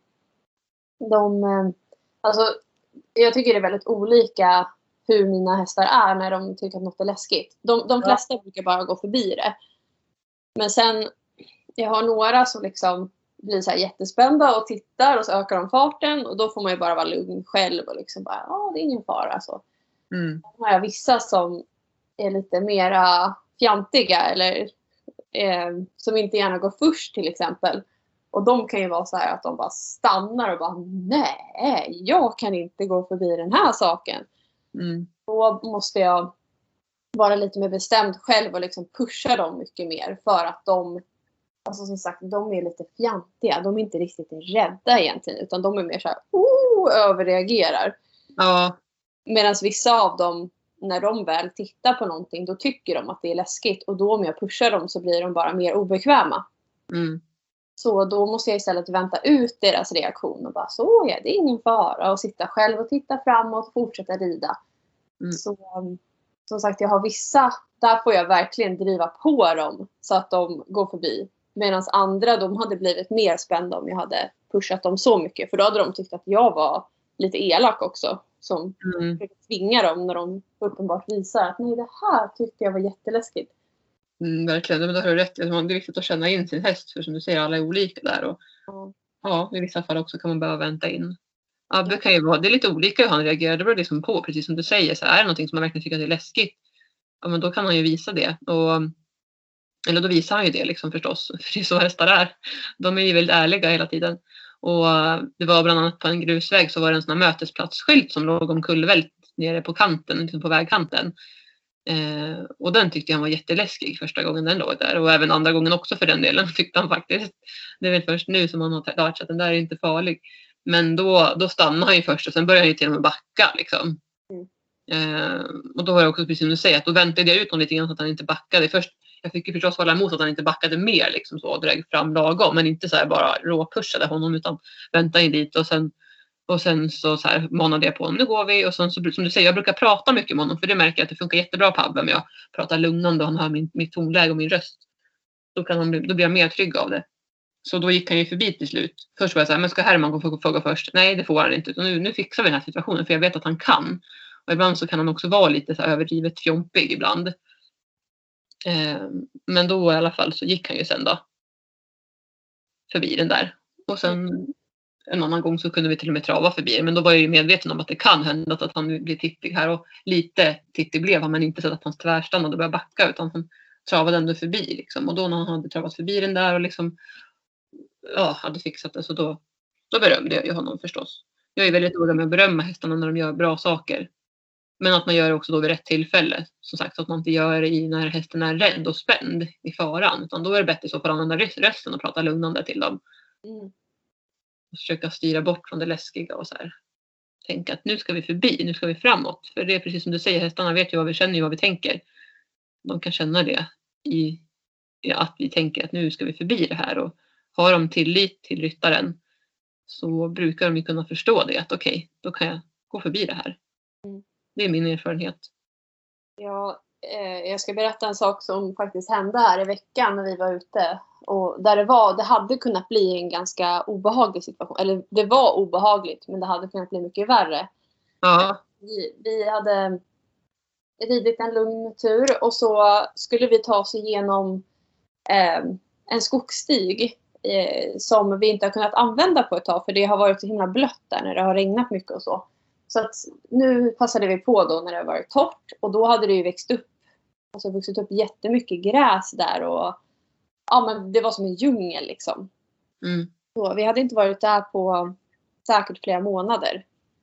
de, eh, alltså, jag tycker det är väldigt olika hur mina hästar är när de tycker att något är läskigt. De, de flesta ja. brukar bara gå förbi det. Men sen, jag har några som liksom blir så här jättespända och tittar och så ökar de farten och då får man ju bara vara lugn själv och liksom bara, ja det är ingen fara så. Mm. Då har jag vissa som är lite mera fjantiga eller eh, som inte gärna går först till exempel. Och de kan ju vara så här att de bara stannar och bara, nej, jag kan inte gå förbi den här saken. Mm. Då måste jag vara lite mer bestämd själv och liksom pusha dem mycket mer för att de, alltså som sagt, de är lite fjantiga. De är inte riktigt rädda egentligen utan de är mer så här, oh, överreagerar. Ja. Medan vissa av dem, när de väl tittar på någonting, då tycker de att det är läskigt. Och då om jag pushar dem så blir de bara mer obekväma. Mm. Så då måste jag istället vänta ut deras reaktion. Och bara, så ja, det är ingen fara. Och sitta själv och titta framåt och fortsätta rida. Mm. Så som sagt, jag har vissa, där får jag verkligen driva på dem så att de går förbi. Medan andra, de hade blivit mer spända om jag hade pushat dem så mycket. För då hade de tyckt att jag var lite elak också. Som mm. tvingar dem när de uppenbart visar att nej, det här tyckte jag var jätteläskigt. Mm, verkligen, men det har du rätt. Det är viktigt att känna in sin häst. För som du säger, alla är olika där. Och, mm. ja, i vissa fall också kan man behöva vänta in. Abbe ja. kan ju vara, det är lite olika hur han reagerar. Det beror liksom på, precis som du säger. Så är det någonting som man verkligen tycker att det är läskigt. Ja, men då kan han ju visa det. Och, eller då visar han ju det liksom förstås. För det är så hästar är. De är ju väldigt ärliga hela tiden. Och det var bland annat på en grusväg så var det en sån här mötesplatsskylt som låg omkullvält nere på kanten, liksom på vägkanten. Eh, och den tyckte han var jätteläskig första gången den låg där. Och även andra gången också för den delen tyckte han faktiskt. Det är väl först nu som han har lärt sig att den där är inte farlig. Men då, då stannade han ju först och sen började han ju till och med backa liksom. Mm. Eh, och då var det också precis som du säger att då väntade jag ut honom lite grann så att han inte backade. Först, jag fick ju förstås hålla emot att han inte backade mer liksom så och drog fram lagom. Men inte så här bara råpushade honom utan väntade in lite och sen, och sen så, så här manade jag på honom. Nu går vi och sen så som du säger jag brukar prata mycket med honom för det märker jag att det funkar jättebra på Abbe. Men jag pratar lugnande och han hör min, mitt tonläge och min röst. Då, kan han, då blir jag mer trygg av det. Så då gick han ju förbi till slut. Först var jag så här, men ska Herman gå och fråga först? Nej, det får han inte. Utan nu, nu fixar vi den här situationen för jag vet att han kan. Och ibland så kan han också vara lite så här överdrivet fjompig ibland. Eh, men då i alla fall så gick han ju sen då förbi den där. Och sen en annan gång så kunde vi till och med trava förbi. Men då var jag ju medveten om att det kan hända att han blir tittig här. Och lite tittig blev han, men inte så att han tvärstannade och började backa. Utan han travade ändå förbi. Liksom. Och då när han hade travat förbi den där och liksom, ja, hade fixat det, så då, då berömde jag ju honom förstås. Jag är väldigt noga med att berömma hästarna när de gör bra saker. Men att man gör det också då vid rätt tillfälle. Som sagt, så att man inte gör det i när hästen är rädd och spänd i faran. Utan då är det bättre så för att använda rösten och prata lugnande till dem. Mm. Och försöka styra bort från det läskiga och så här. Tänka att nu ska vi förbi, nu ska vi framåt. För det är precis som du säger, hästarna vet ju vad vi känner, ju vad vi tänker. De kan känna det i, i att vi tänker att nu ska vi förbi det här. Och har de tillit till ryttaren så brukar de ju kunna förstå det. Att okej, okay, då kan jag gå förbi det här. Mm. Det är min erfarenhet. Ja, eh, jag ska berätta en sak som faktiskt hände här i veckan när vi var ute. Och där det var, det hade kunnat bli en ganska obehaglig situation. Eller det var obehagligt, men det hade kunnat bli mycket värre. Ja. Vi, vi hade ridit en lugn tur och så skulle vi ta oss igenom eh, en skogsstig eh, som vi inte har kunnat använda på ett tag. För det har varit så himla blött där när det har regnat mycket och så. Så att nu passade vi på då när det var torrt. Och då hade det ju växt upp. Alltså vuxit upp jättemycket gräs där. Och ja, men det var som en djungel liksom. Mm. Så vi hade inte varit där på säkert flera månader.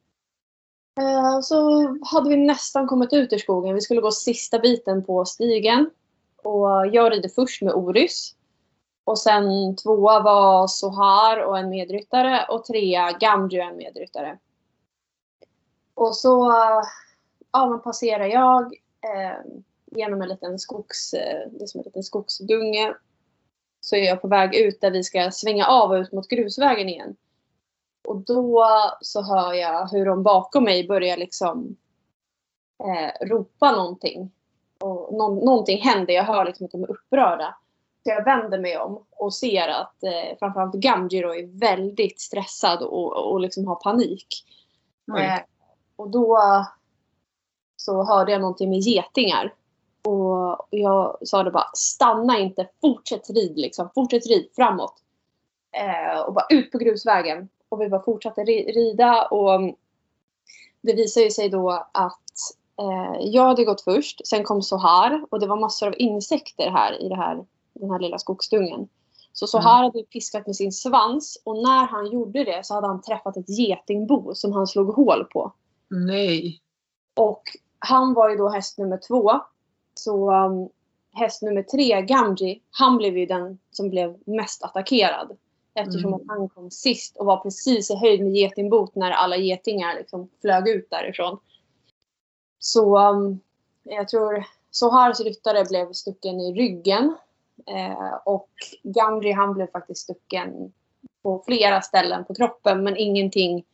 Eh, så hade vi nästan kommit ut ur skogen. Vi skulle gå sista biten på stigen. Och jag rider först med Orys. Och sen tvåa var Sohar och en medryttare. Och trea Gamji och en medryttare. Och så ja, man passerar jag eh, genom en liten skogs, eh, det är som en liten skogsdunge. Så är jag på väg ut där vi ska svänga av ut mot grusvägen igen. Och då så hör jag hur de bakom mig börjar liksom eh, ropa någonting. Och no- någonting händer, jag hör liksom att de är upprörda. Så jag vänder mig om och ser att eh, framförallt Gamji då är väldigt stressad och, och liksom har panik. Eh, och då så hörde jag någonting med getingar. Och jag sa det bara, stanna inte, fortsätt rid liksom, fortsätt rid framåt. Eh, och bara ut på grusvägen. Och vi bara fortsatte rida och det visade sig då att eh, jag hade gått först. Sen kom Sohar och det var massor av insekter här i det här, den här lilla skogsdungen. Så Sohar hade piskat med sin svans och när han gjorde det så hade han träffat ett getingbo som han slog hål på. Nej. Och han var ju då häst nummer två. Så um, häst nummer tre, Gamji, han blev ju den som blev mest attackerad. Eftersom Mm. han kom sist och var precis i höjd med getingbot när alla getingar liksom flög ut därifrån. Så um, jag tror Sohars ryttare blev stucken i ryggen. Eh, och Gamji, han blev faktiskt stucken på flera ställen på kroppen. Men ingenting,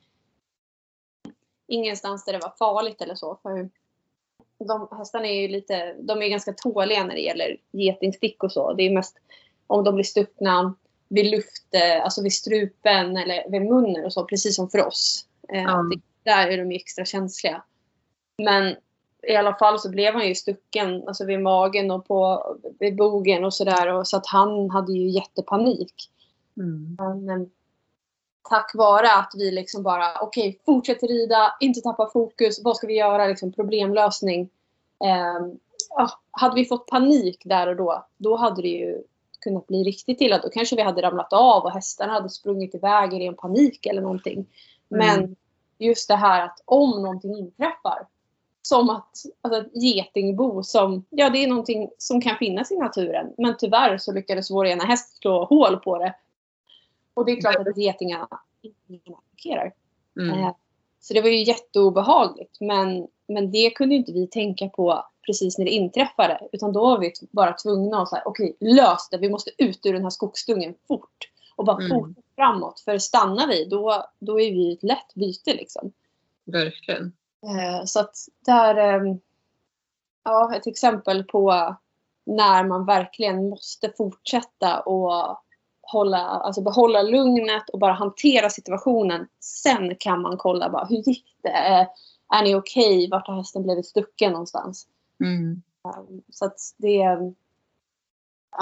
ingenstans där det var farligt eller så. För de hästarna är ju lite, de är ganska tåliga när det gäller getingstick och så. Det är mest om de blir stuckna vid luft, alltså vid strupen eller vid munnen och så, precis som för oss. Ja. Det, där är de extra känsliga. Men i alla fall så blev han ju stucken alltså vid magen och på vid bogen och sådär. Och så att han hade ju jättepanik. Mm. Men tack vare att vi liksom bara, okej, okay, fortsätt rida, inte tappa fokus, vad ska vi göra, liksom problemlösning. Eh, ja, hade vi fått panik där och då, då hade det ju kunnat bli riktigt illa. Då kanske vi hade ramlat av och hästarna hade sprungit iväg i en panik eller någonting. Men Mm. just det här att om någonting inträffar, som att alltså ett getingbo som, ja det är någonting som kan finnas i naturen. Men tyvärr så lyckades vår ena häst slå hål på det. Och det är klart att getingarna inte attackerar. Mm. Eh, så det var ju jätteobehagligt. Men, men det kunde inte vi tänka på precis när det inträffade. Utan då var vi bara tvungna att säga, okej, lös det. Vi måste ut ur den här skogsdungen fort. Och bara Mm. fortsätta framåt. För stannar vi, då, då är vi ett lätt byte liksom. Verkligen. Eh, så att där, eh, ja, ett exempel på när man verkligen måste fortsätta och hålla, alltså behålla lugnet och bara hantera situationen. Sen kan man kolla bara, hur gick det? Är, är ni okej? Okay? Vart har hästen blivit stucken någonstans? Mm. Um, så att det, ja. Ja,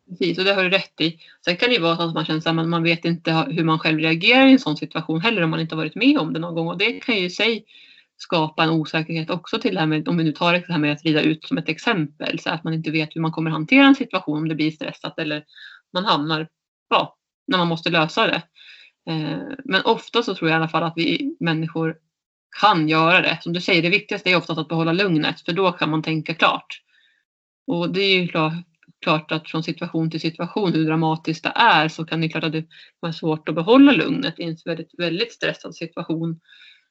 Precis, och det har du rätt i. Sen kan det ju vara så att man känner att man, man vet inte hur man själv reagerar i en sån situation heller om man inte har varit med om det någon gång. Och det kan ju i sig skapa en osäkerhet också till det här med, om vi nu tar det här med att rida ut som ett exempel. Så att man inte vet hur man kommer hantera en situation om det blir stressat eller man hamnar, ja, när man måste lösa det. Eh, men ofta så tror jag i alla fall att vi människor kan göra det. Som du säger, det viktigaste är oftast att behålla lugnet, för då kan man tänka klart. Och det är ju klart, klart att från situation till situation, hur dramatiskt det är, så kan det klart att det vara svårt att behålla lugnet i en väldigt, väldigt stressad situation.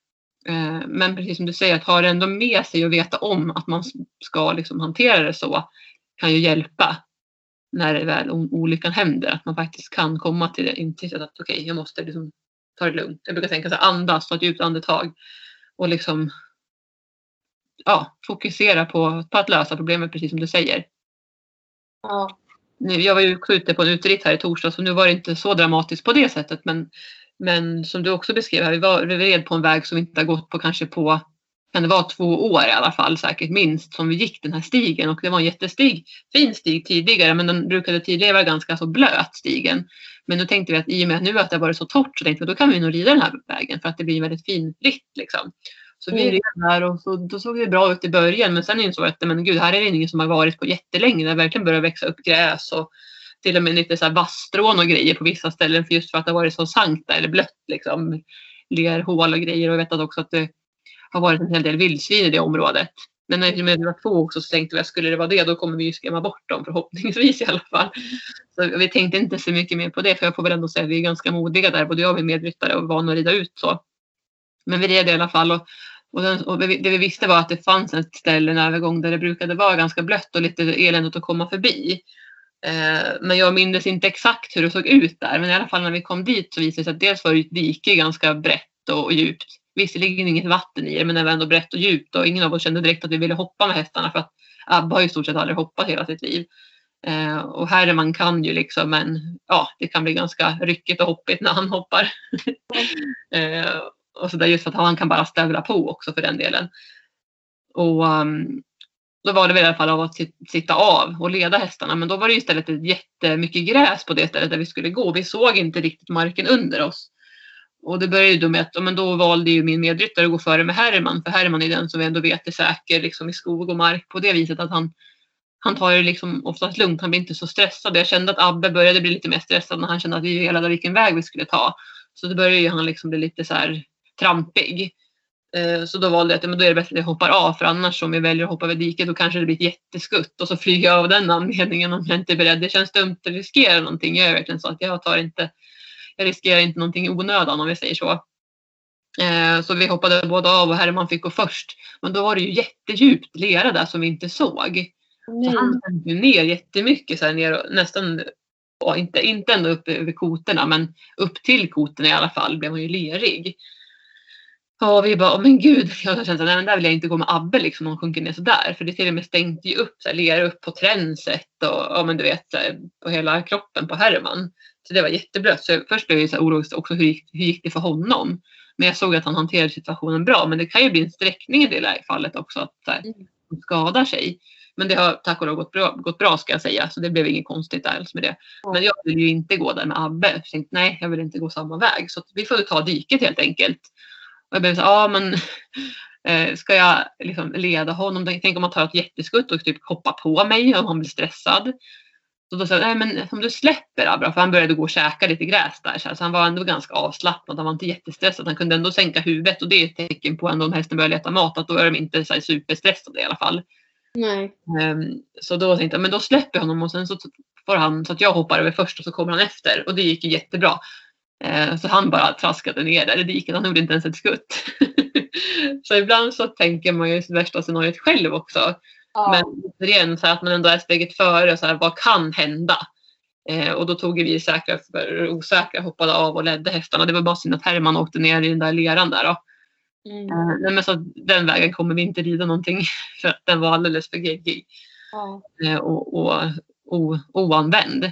Men precis som du säger, att ha det ändå med sig och veta om att man ska liksom hantera det så, kan ju hjälpa när det väl olyckan händer. Att man faktiskt kan komma till det insikten att okej, okay, jag måste liksom ta det lugnt. Jag brukar tänka så här, andas, ta ett djupt andetag och liksom ja, fokusera på, på att lösa problemet, precis som du säger. Ja. Nu, jag var ju ute på en uteritt här i torsdag, så nu var det inte så dramatiskt på det sättet, men Men som du också beskrev här, vi var, vi var red på en väg som vi inte har gått på kanske på, kan det vara två år i alla fall, säkert minst, som vi gick den här stigen. Och det var en jättestig, fin stig tidigare, men den brukade tidigare vara ganska så blöt stigen. Men nu tänkte vi att i och med att nu att det har varit så torrt, så tänkte vi att då kan vi nog rida den här vägen, för att det blir en väldigt fin ritt liksom. Så vi red där och så, då såg det bra ut i början, men sen insåg jag att men gud, här är det ingen som har varit på jättelänge. Det har verkligen börjat växa upp gräs och till och med lite så här vasstrån och grejer på vissa ställen, för just för att det har varit så sankt eller blött liksom, lerhål och grejer. Och jag vet att också att det har varit en hel del vildsvin i det området. Men när vi var två också, så tänkte vi att skulle det vara det, då kommer vi ju skrämma bort dem förhoppningsvis i alla fall. Så vi tänkte inte så mycket mer på det, för jag får väl ändå säga att vi är ganska modiga där, både jag och medryttare, och vana att rida ut så. Men vi red i alla fall, och, och, den, och det vi visste var att det fanns ett ställe, en övergång, där det brukade vara ganska blött och lite eländigt att komma förbi. Men jag minns inte exakt hur det såg ut där. Men i alla fall när vi kom dit så visade det sig att dels var det ett dike ganska brett och djupt. Visserligen inget vatten i det, men det var ändå brett och djupt. Och ingen av oss kände direkt att vi ville hoppa med hästarna, för att Abba har i stort sett aldrig hoppat hela sitt liv. Och här är man kan ju liksom, men ja, det kan bli ganska ryckigt och hoppigt när han hoppar. Och så där, just för att han kan bara stävla på också för den delen. Och um, då var det väl i alla fall av att sitta av och leda hästarna. Men då var det istället ett jättemycket gräs på det stället där vi skulle gå. Vi såg inte riktigt marken under oss. Och det började ju då med att, men då valde ju min medryttare att gå före med Herman. För Herman är den som vi ändå vet är säker liksom i skog och mark, på det viset att han, han tar det liksom oftast lugnt. Han blir inte så stressad. Jag kände att Abbe började bli lite mer stressad när han kände att vi velade vilken väg vi skulle ta. Så då började ju han liksom bli lite så här trampig. Så då valde jag att men då är det bättre att jag hoppar av, för annars om jag väljer att hoppa över diket, då kanske det blir ett jätteskutt och så flyger jag av den anledningen om jag inte är beredd. Det känns dumt att riskera någonting. Jag är verkligen så att jag tar inte, jag riskerar inte någonting i onödan, om vi säger så. Så vi hoppade båda av och Herman fick gå först. Men då var det ju jättedjupt lera där som vi inte såg. Mm. Så han kom ju ner jättemycket så här ner och nästan, och inte, inte ända upp över koterna, men upp till koterna i alla fall blev han ju lerig. Ja, vi bara, oh, men gud, jag kände att där vill jag inte gå med Abbe liksom, om hon sjunker ner så där. För det till och med stänkte ju upp, så här, ler upp på tränset och ja, men du vet, så här, på hela kroppen på Herman. Så det var jätteblött. Så först blev jag så här orolig också, hur gick, hur gick det för honom? Men jag såg att han hanterade situationen bra. Men det kan ju bli en sträckning i det här fallet också, att så här, han skadar sig. Men det har tack och lov gått bra, gått bra ska jag säga. Så det blev inget konstigt alls med det. Men jag vill ju inte gå där med Abbe. Jag tänkte, nej, jag vill inte gå samma väg. Så vi får ju ta diket helt enkelt. Och jag blev så ja men eh, ska jag liksom leda honom? Tänk om man tar ett jätteskutt och typ hoppar på mig om han blir stressad. Så då sa jag, nej men om du släpper Abra, för han började gå och käka lite gräs där. Så han var ändå ganska avslappnad, han var inte jättestressad. Han kunde ändå sänka huvudet, och det är ett tecken på ändå om hästen börjar leta mat, att då är de inte så här superstressade i alla fall. Nej. Um, så då tänkte jag, men då släpper jag honom och sen så får han, så att jag hoppar över först och så kommer han efter. Och det gick ju jättebra. Så han bara traskade ner där i diket. Han gjorde inte ens ett skutt. Så ibland så tänker man ju värsta scenariot själv också. Ja. Men igen, så att man ändå är steget före. Så här, vad kan hända? Eh, och då tog vi säkra för osäkra, hoppade av och ledde hästarna. Det var bara synd att Herman åkte ner i den där leran där då. Mm. Eh, men så den vägen kommer vi inte rida någonting. För att den var alldeles för geggig. Ja. Eh, och, och, och oanvänd.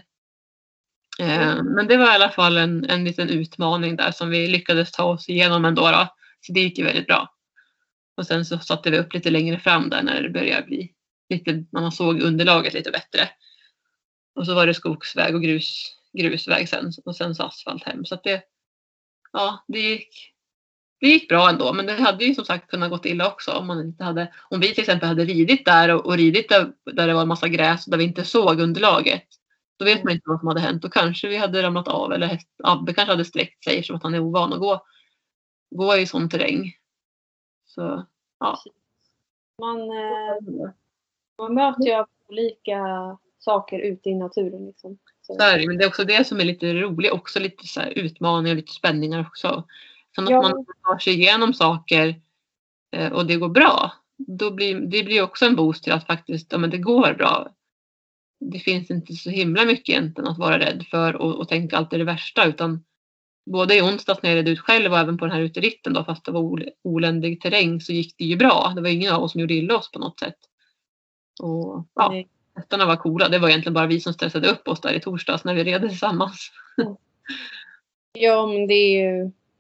Mm. Men det var i alla fall en, en liten utmaning där som vi lyckades ta oss igenom ändå då. Så det gick ju väldigt bra. Och sen så satte vi upp lite längre fram där när det började bli lite, man såg underlaget lite bättre. Och så var det skogsväg och grus, grusväg sen. Och sen så asfalt hem. Så att det, ja, det gick, det gick bra ändå. Men det hade ju som sagt kunnat gått illa också. Om, man inte hade, om vi till exempel hade ridit där och, och ridit där, där det var en massa gräs. Där vi inte såg underlaget. Då vet man inte vad som hade hänt. Då kanske vi hade ramlat av. Eller häst, Abbe kanske hade sträckt sig. Som att han är ovan att gå, gå i sån terräng. Så ja. Man, eh, man möter ju av olika saker ute i naturen. Liksom. Så. Så är det, men det är också det som är lite roligt. Också lite så här utmaningar, lite spänningar också. Som Ja. att man tar sig igenom saker eh, och det går bra. Då blir, det blir också en boost till att faktiskt, ja men det går bra. Det finns inte så himla mycket egentligen att vara rädd för och, och tänka alltid det värsta. Utan både i onsdags när jag red ut själv och även på den här uteritten då, fast det var ol, oländig terräng, så gick det ju bra. Det var ingen av oss som gjorde illa oss på något sätt. Och ja, Nej. hästarna var coola. Det var egentligen bara vi som stressade upp oss där i torsdags när vi red tillsammans. Ja, men det är ju...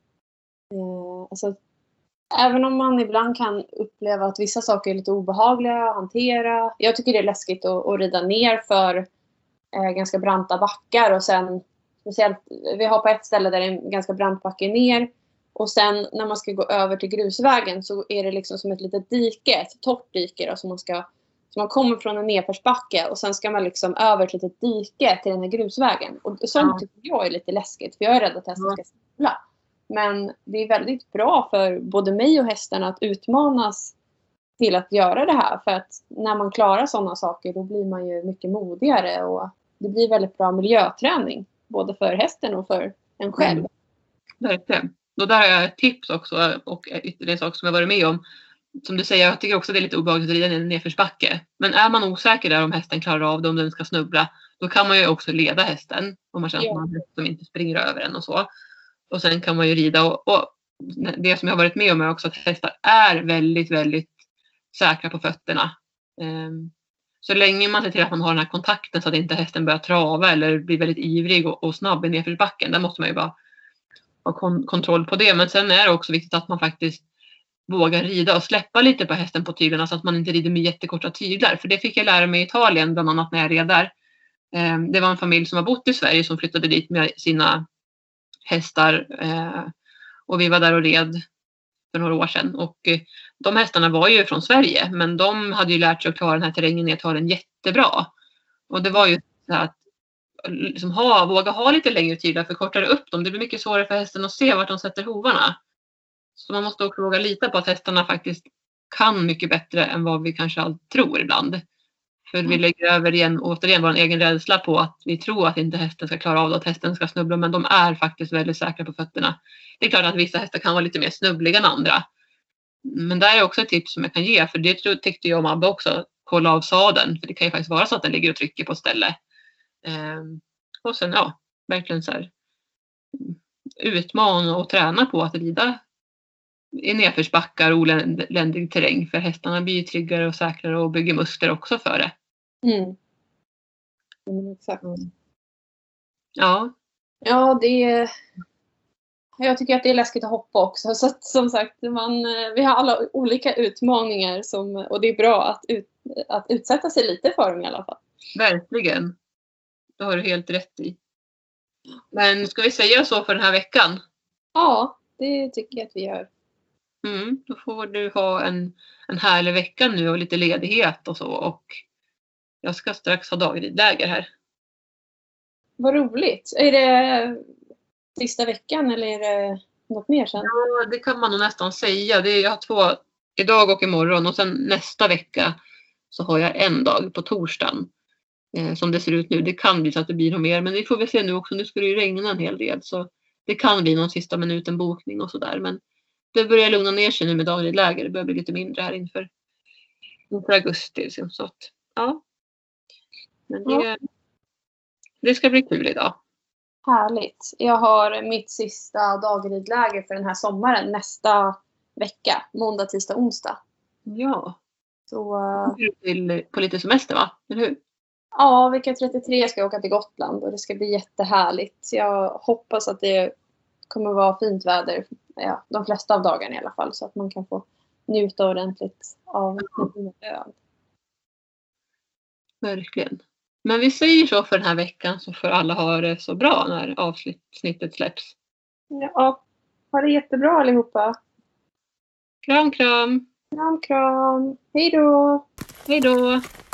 Eh, alltså, även om man ibland kan uppleva att vissa saker är lite obehagliga att hantera. Jag tycker det är läskigt att, att rida ner för eh, ganska branta backar. Och sen, speciellt, vi har på ett ställe där det är en ganska brant backe ner. Och sen när man ska gå över till grusvägen så är det liksom som ett litet dike, ett torrt dike då, som man ska... Så man kommer från en nedförsbacke och sen ska man liksom över ett litet dike till den här grusvägen. Och sånt Ja. tycker jag är lite läskigt. För jag är rädd att hästen ska snubbla. Men det är väldigt bra för både mig och hästen att utmanas till att göra det här. För att när man klarar sådana saker då blir man ju mycket modigare. Och det blir väldigt bra miljöträning. Både för hästen och för en själv. Mm. Verkligen. Och där har jag ett tips också. Och ytterligare en sak som jag varit med om. Som du säger, jag tycker också det är lite obehagligt att rida i en nedförsbacke. Men är man osäker där om hästen klarar av det, om den ska snubbla, då kan man ju också leda hästen. Om man känner att man har en häst som inte springer över en och så. Och sen kan man ju rida. Och, och det som jag har varit med om är också att hästar är väldigt, väldigt säkra på fötterna. Um, så länge man ser till att man har den här kontakten så att inte hästen börjar trava eller blir väldigt ivrig och, och snabb i nedförsbacken. Där måste man ju bara ha kon- kontroll på det. Men sen är det också viktigt att man faktiskt våga rida och släppa lite på hästen på tyglarna så att man inte rider med jättekorta tyglar. För det fick jag lära mig i Italien bland annat när jag red där. Det var en familj som har bott i Sverige som flyttade dit med sina hästar. Och vi var där och red för några år sedan. Och de hästarna var ju från Sverige. Men de hade ju lärt sig att klara den här terrängen i Italien jättebra. Och det var ju så att liksom ha, våga ha lite längre tyglar för kortare upp dem. Det blir mycket svårare för hästen att se vart de sätter hovarna. Så man måste också våga lita på att hästarna faktiskt kan mycket bättre än vad vi kanske alltid tror ibland. För vi lägger över igen, återigen vår egen rädsla på att vi tror att inte hästen ska klara av det, att hästen ska snubbla. Men de är faktiskt väldigt säkra på fötterna. Det är klart att vissa hästar kan vara lite mer snubbliga än andra. Men där är också ett tips som jag kan ge. För det tyckte jag om Abbe också. Kolla av sadeln. För det kan ju faktiskt vara så att den ligger och trycker på ett ställe. Ehm, och sen ja, verkligen så här. Utmana och träna på att rida i nedförsbackar och oländig terräng. För hästarna blir ju tryggare och säkrare och bygger muskler också för det. Mm. Mm, exakt. Ja. Ja, det är... Jag tycker att det är läskigt att hoppa också. Så att, som sagt, man, vi har alla olika utmaningar. Som, och det är bra att, ut, att utsätta sig lite för dem i alla fall. Verkligen. Det har du helt rätt i. Men ska vi säga så för den här veckan? Ja, det tycker jag att vi gör. Mm, då får du ha en, en härlig vecka nu och lite ledighet och så. Och jag ska strax ha dagridläger här. Vad roligt. Är det sista veckan eller är det något mer sen? Ja, det kan man nog nästan säga. Det är, jag har två idag och imorgon. Och sen nästa vecka så har jag en dag på torsdagen. Eh, som det ser ut nu. Det kan bli så att det blir något mer. Men det får vi se nu också. Nu ska det ju regna en hel del. Så det kan bli någon sista minuten bokning och sådär. Men det börjar lugna ner sig nu med dagligläger. Det börjar bli lite mindre här inför, inför augusti. Så att, ja. Men det, ja. Det ska bli kul idag. Härligt. Jag har mitt sista dagridläger för den här sommaren nästa vecka. Måndag, tisdag, onsdag. Ja. Så, du till, på lite semester va? Eller hur? Ja, vecka trettiotre ska jag åka till Gotland och det ska bli jättehärligt. Jag hoppas att det kommer vara fint väder. Ja, de flesta av dagarna i alla fall. Så att man kan få njuta ordentligt av ön. Verkligen. Men vi säger så för den här veckan så får alla ha det så bra när avsnittet släpps. Ja, ha det jättebra allihopa. Kram, kram. Kram, kram. Hej då. Hej då.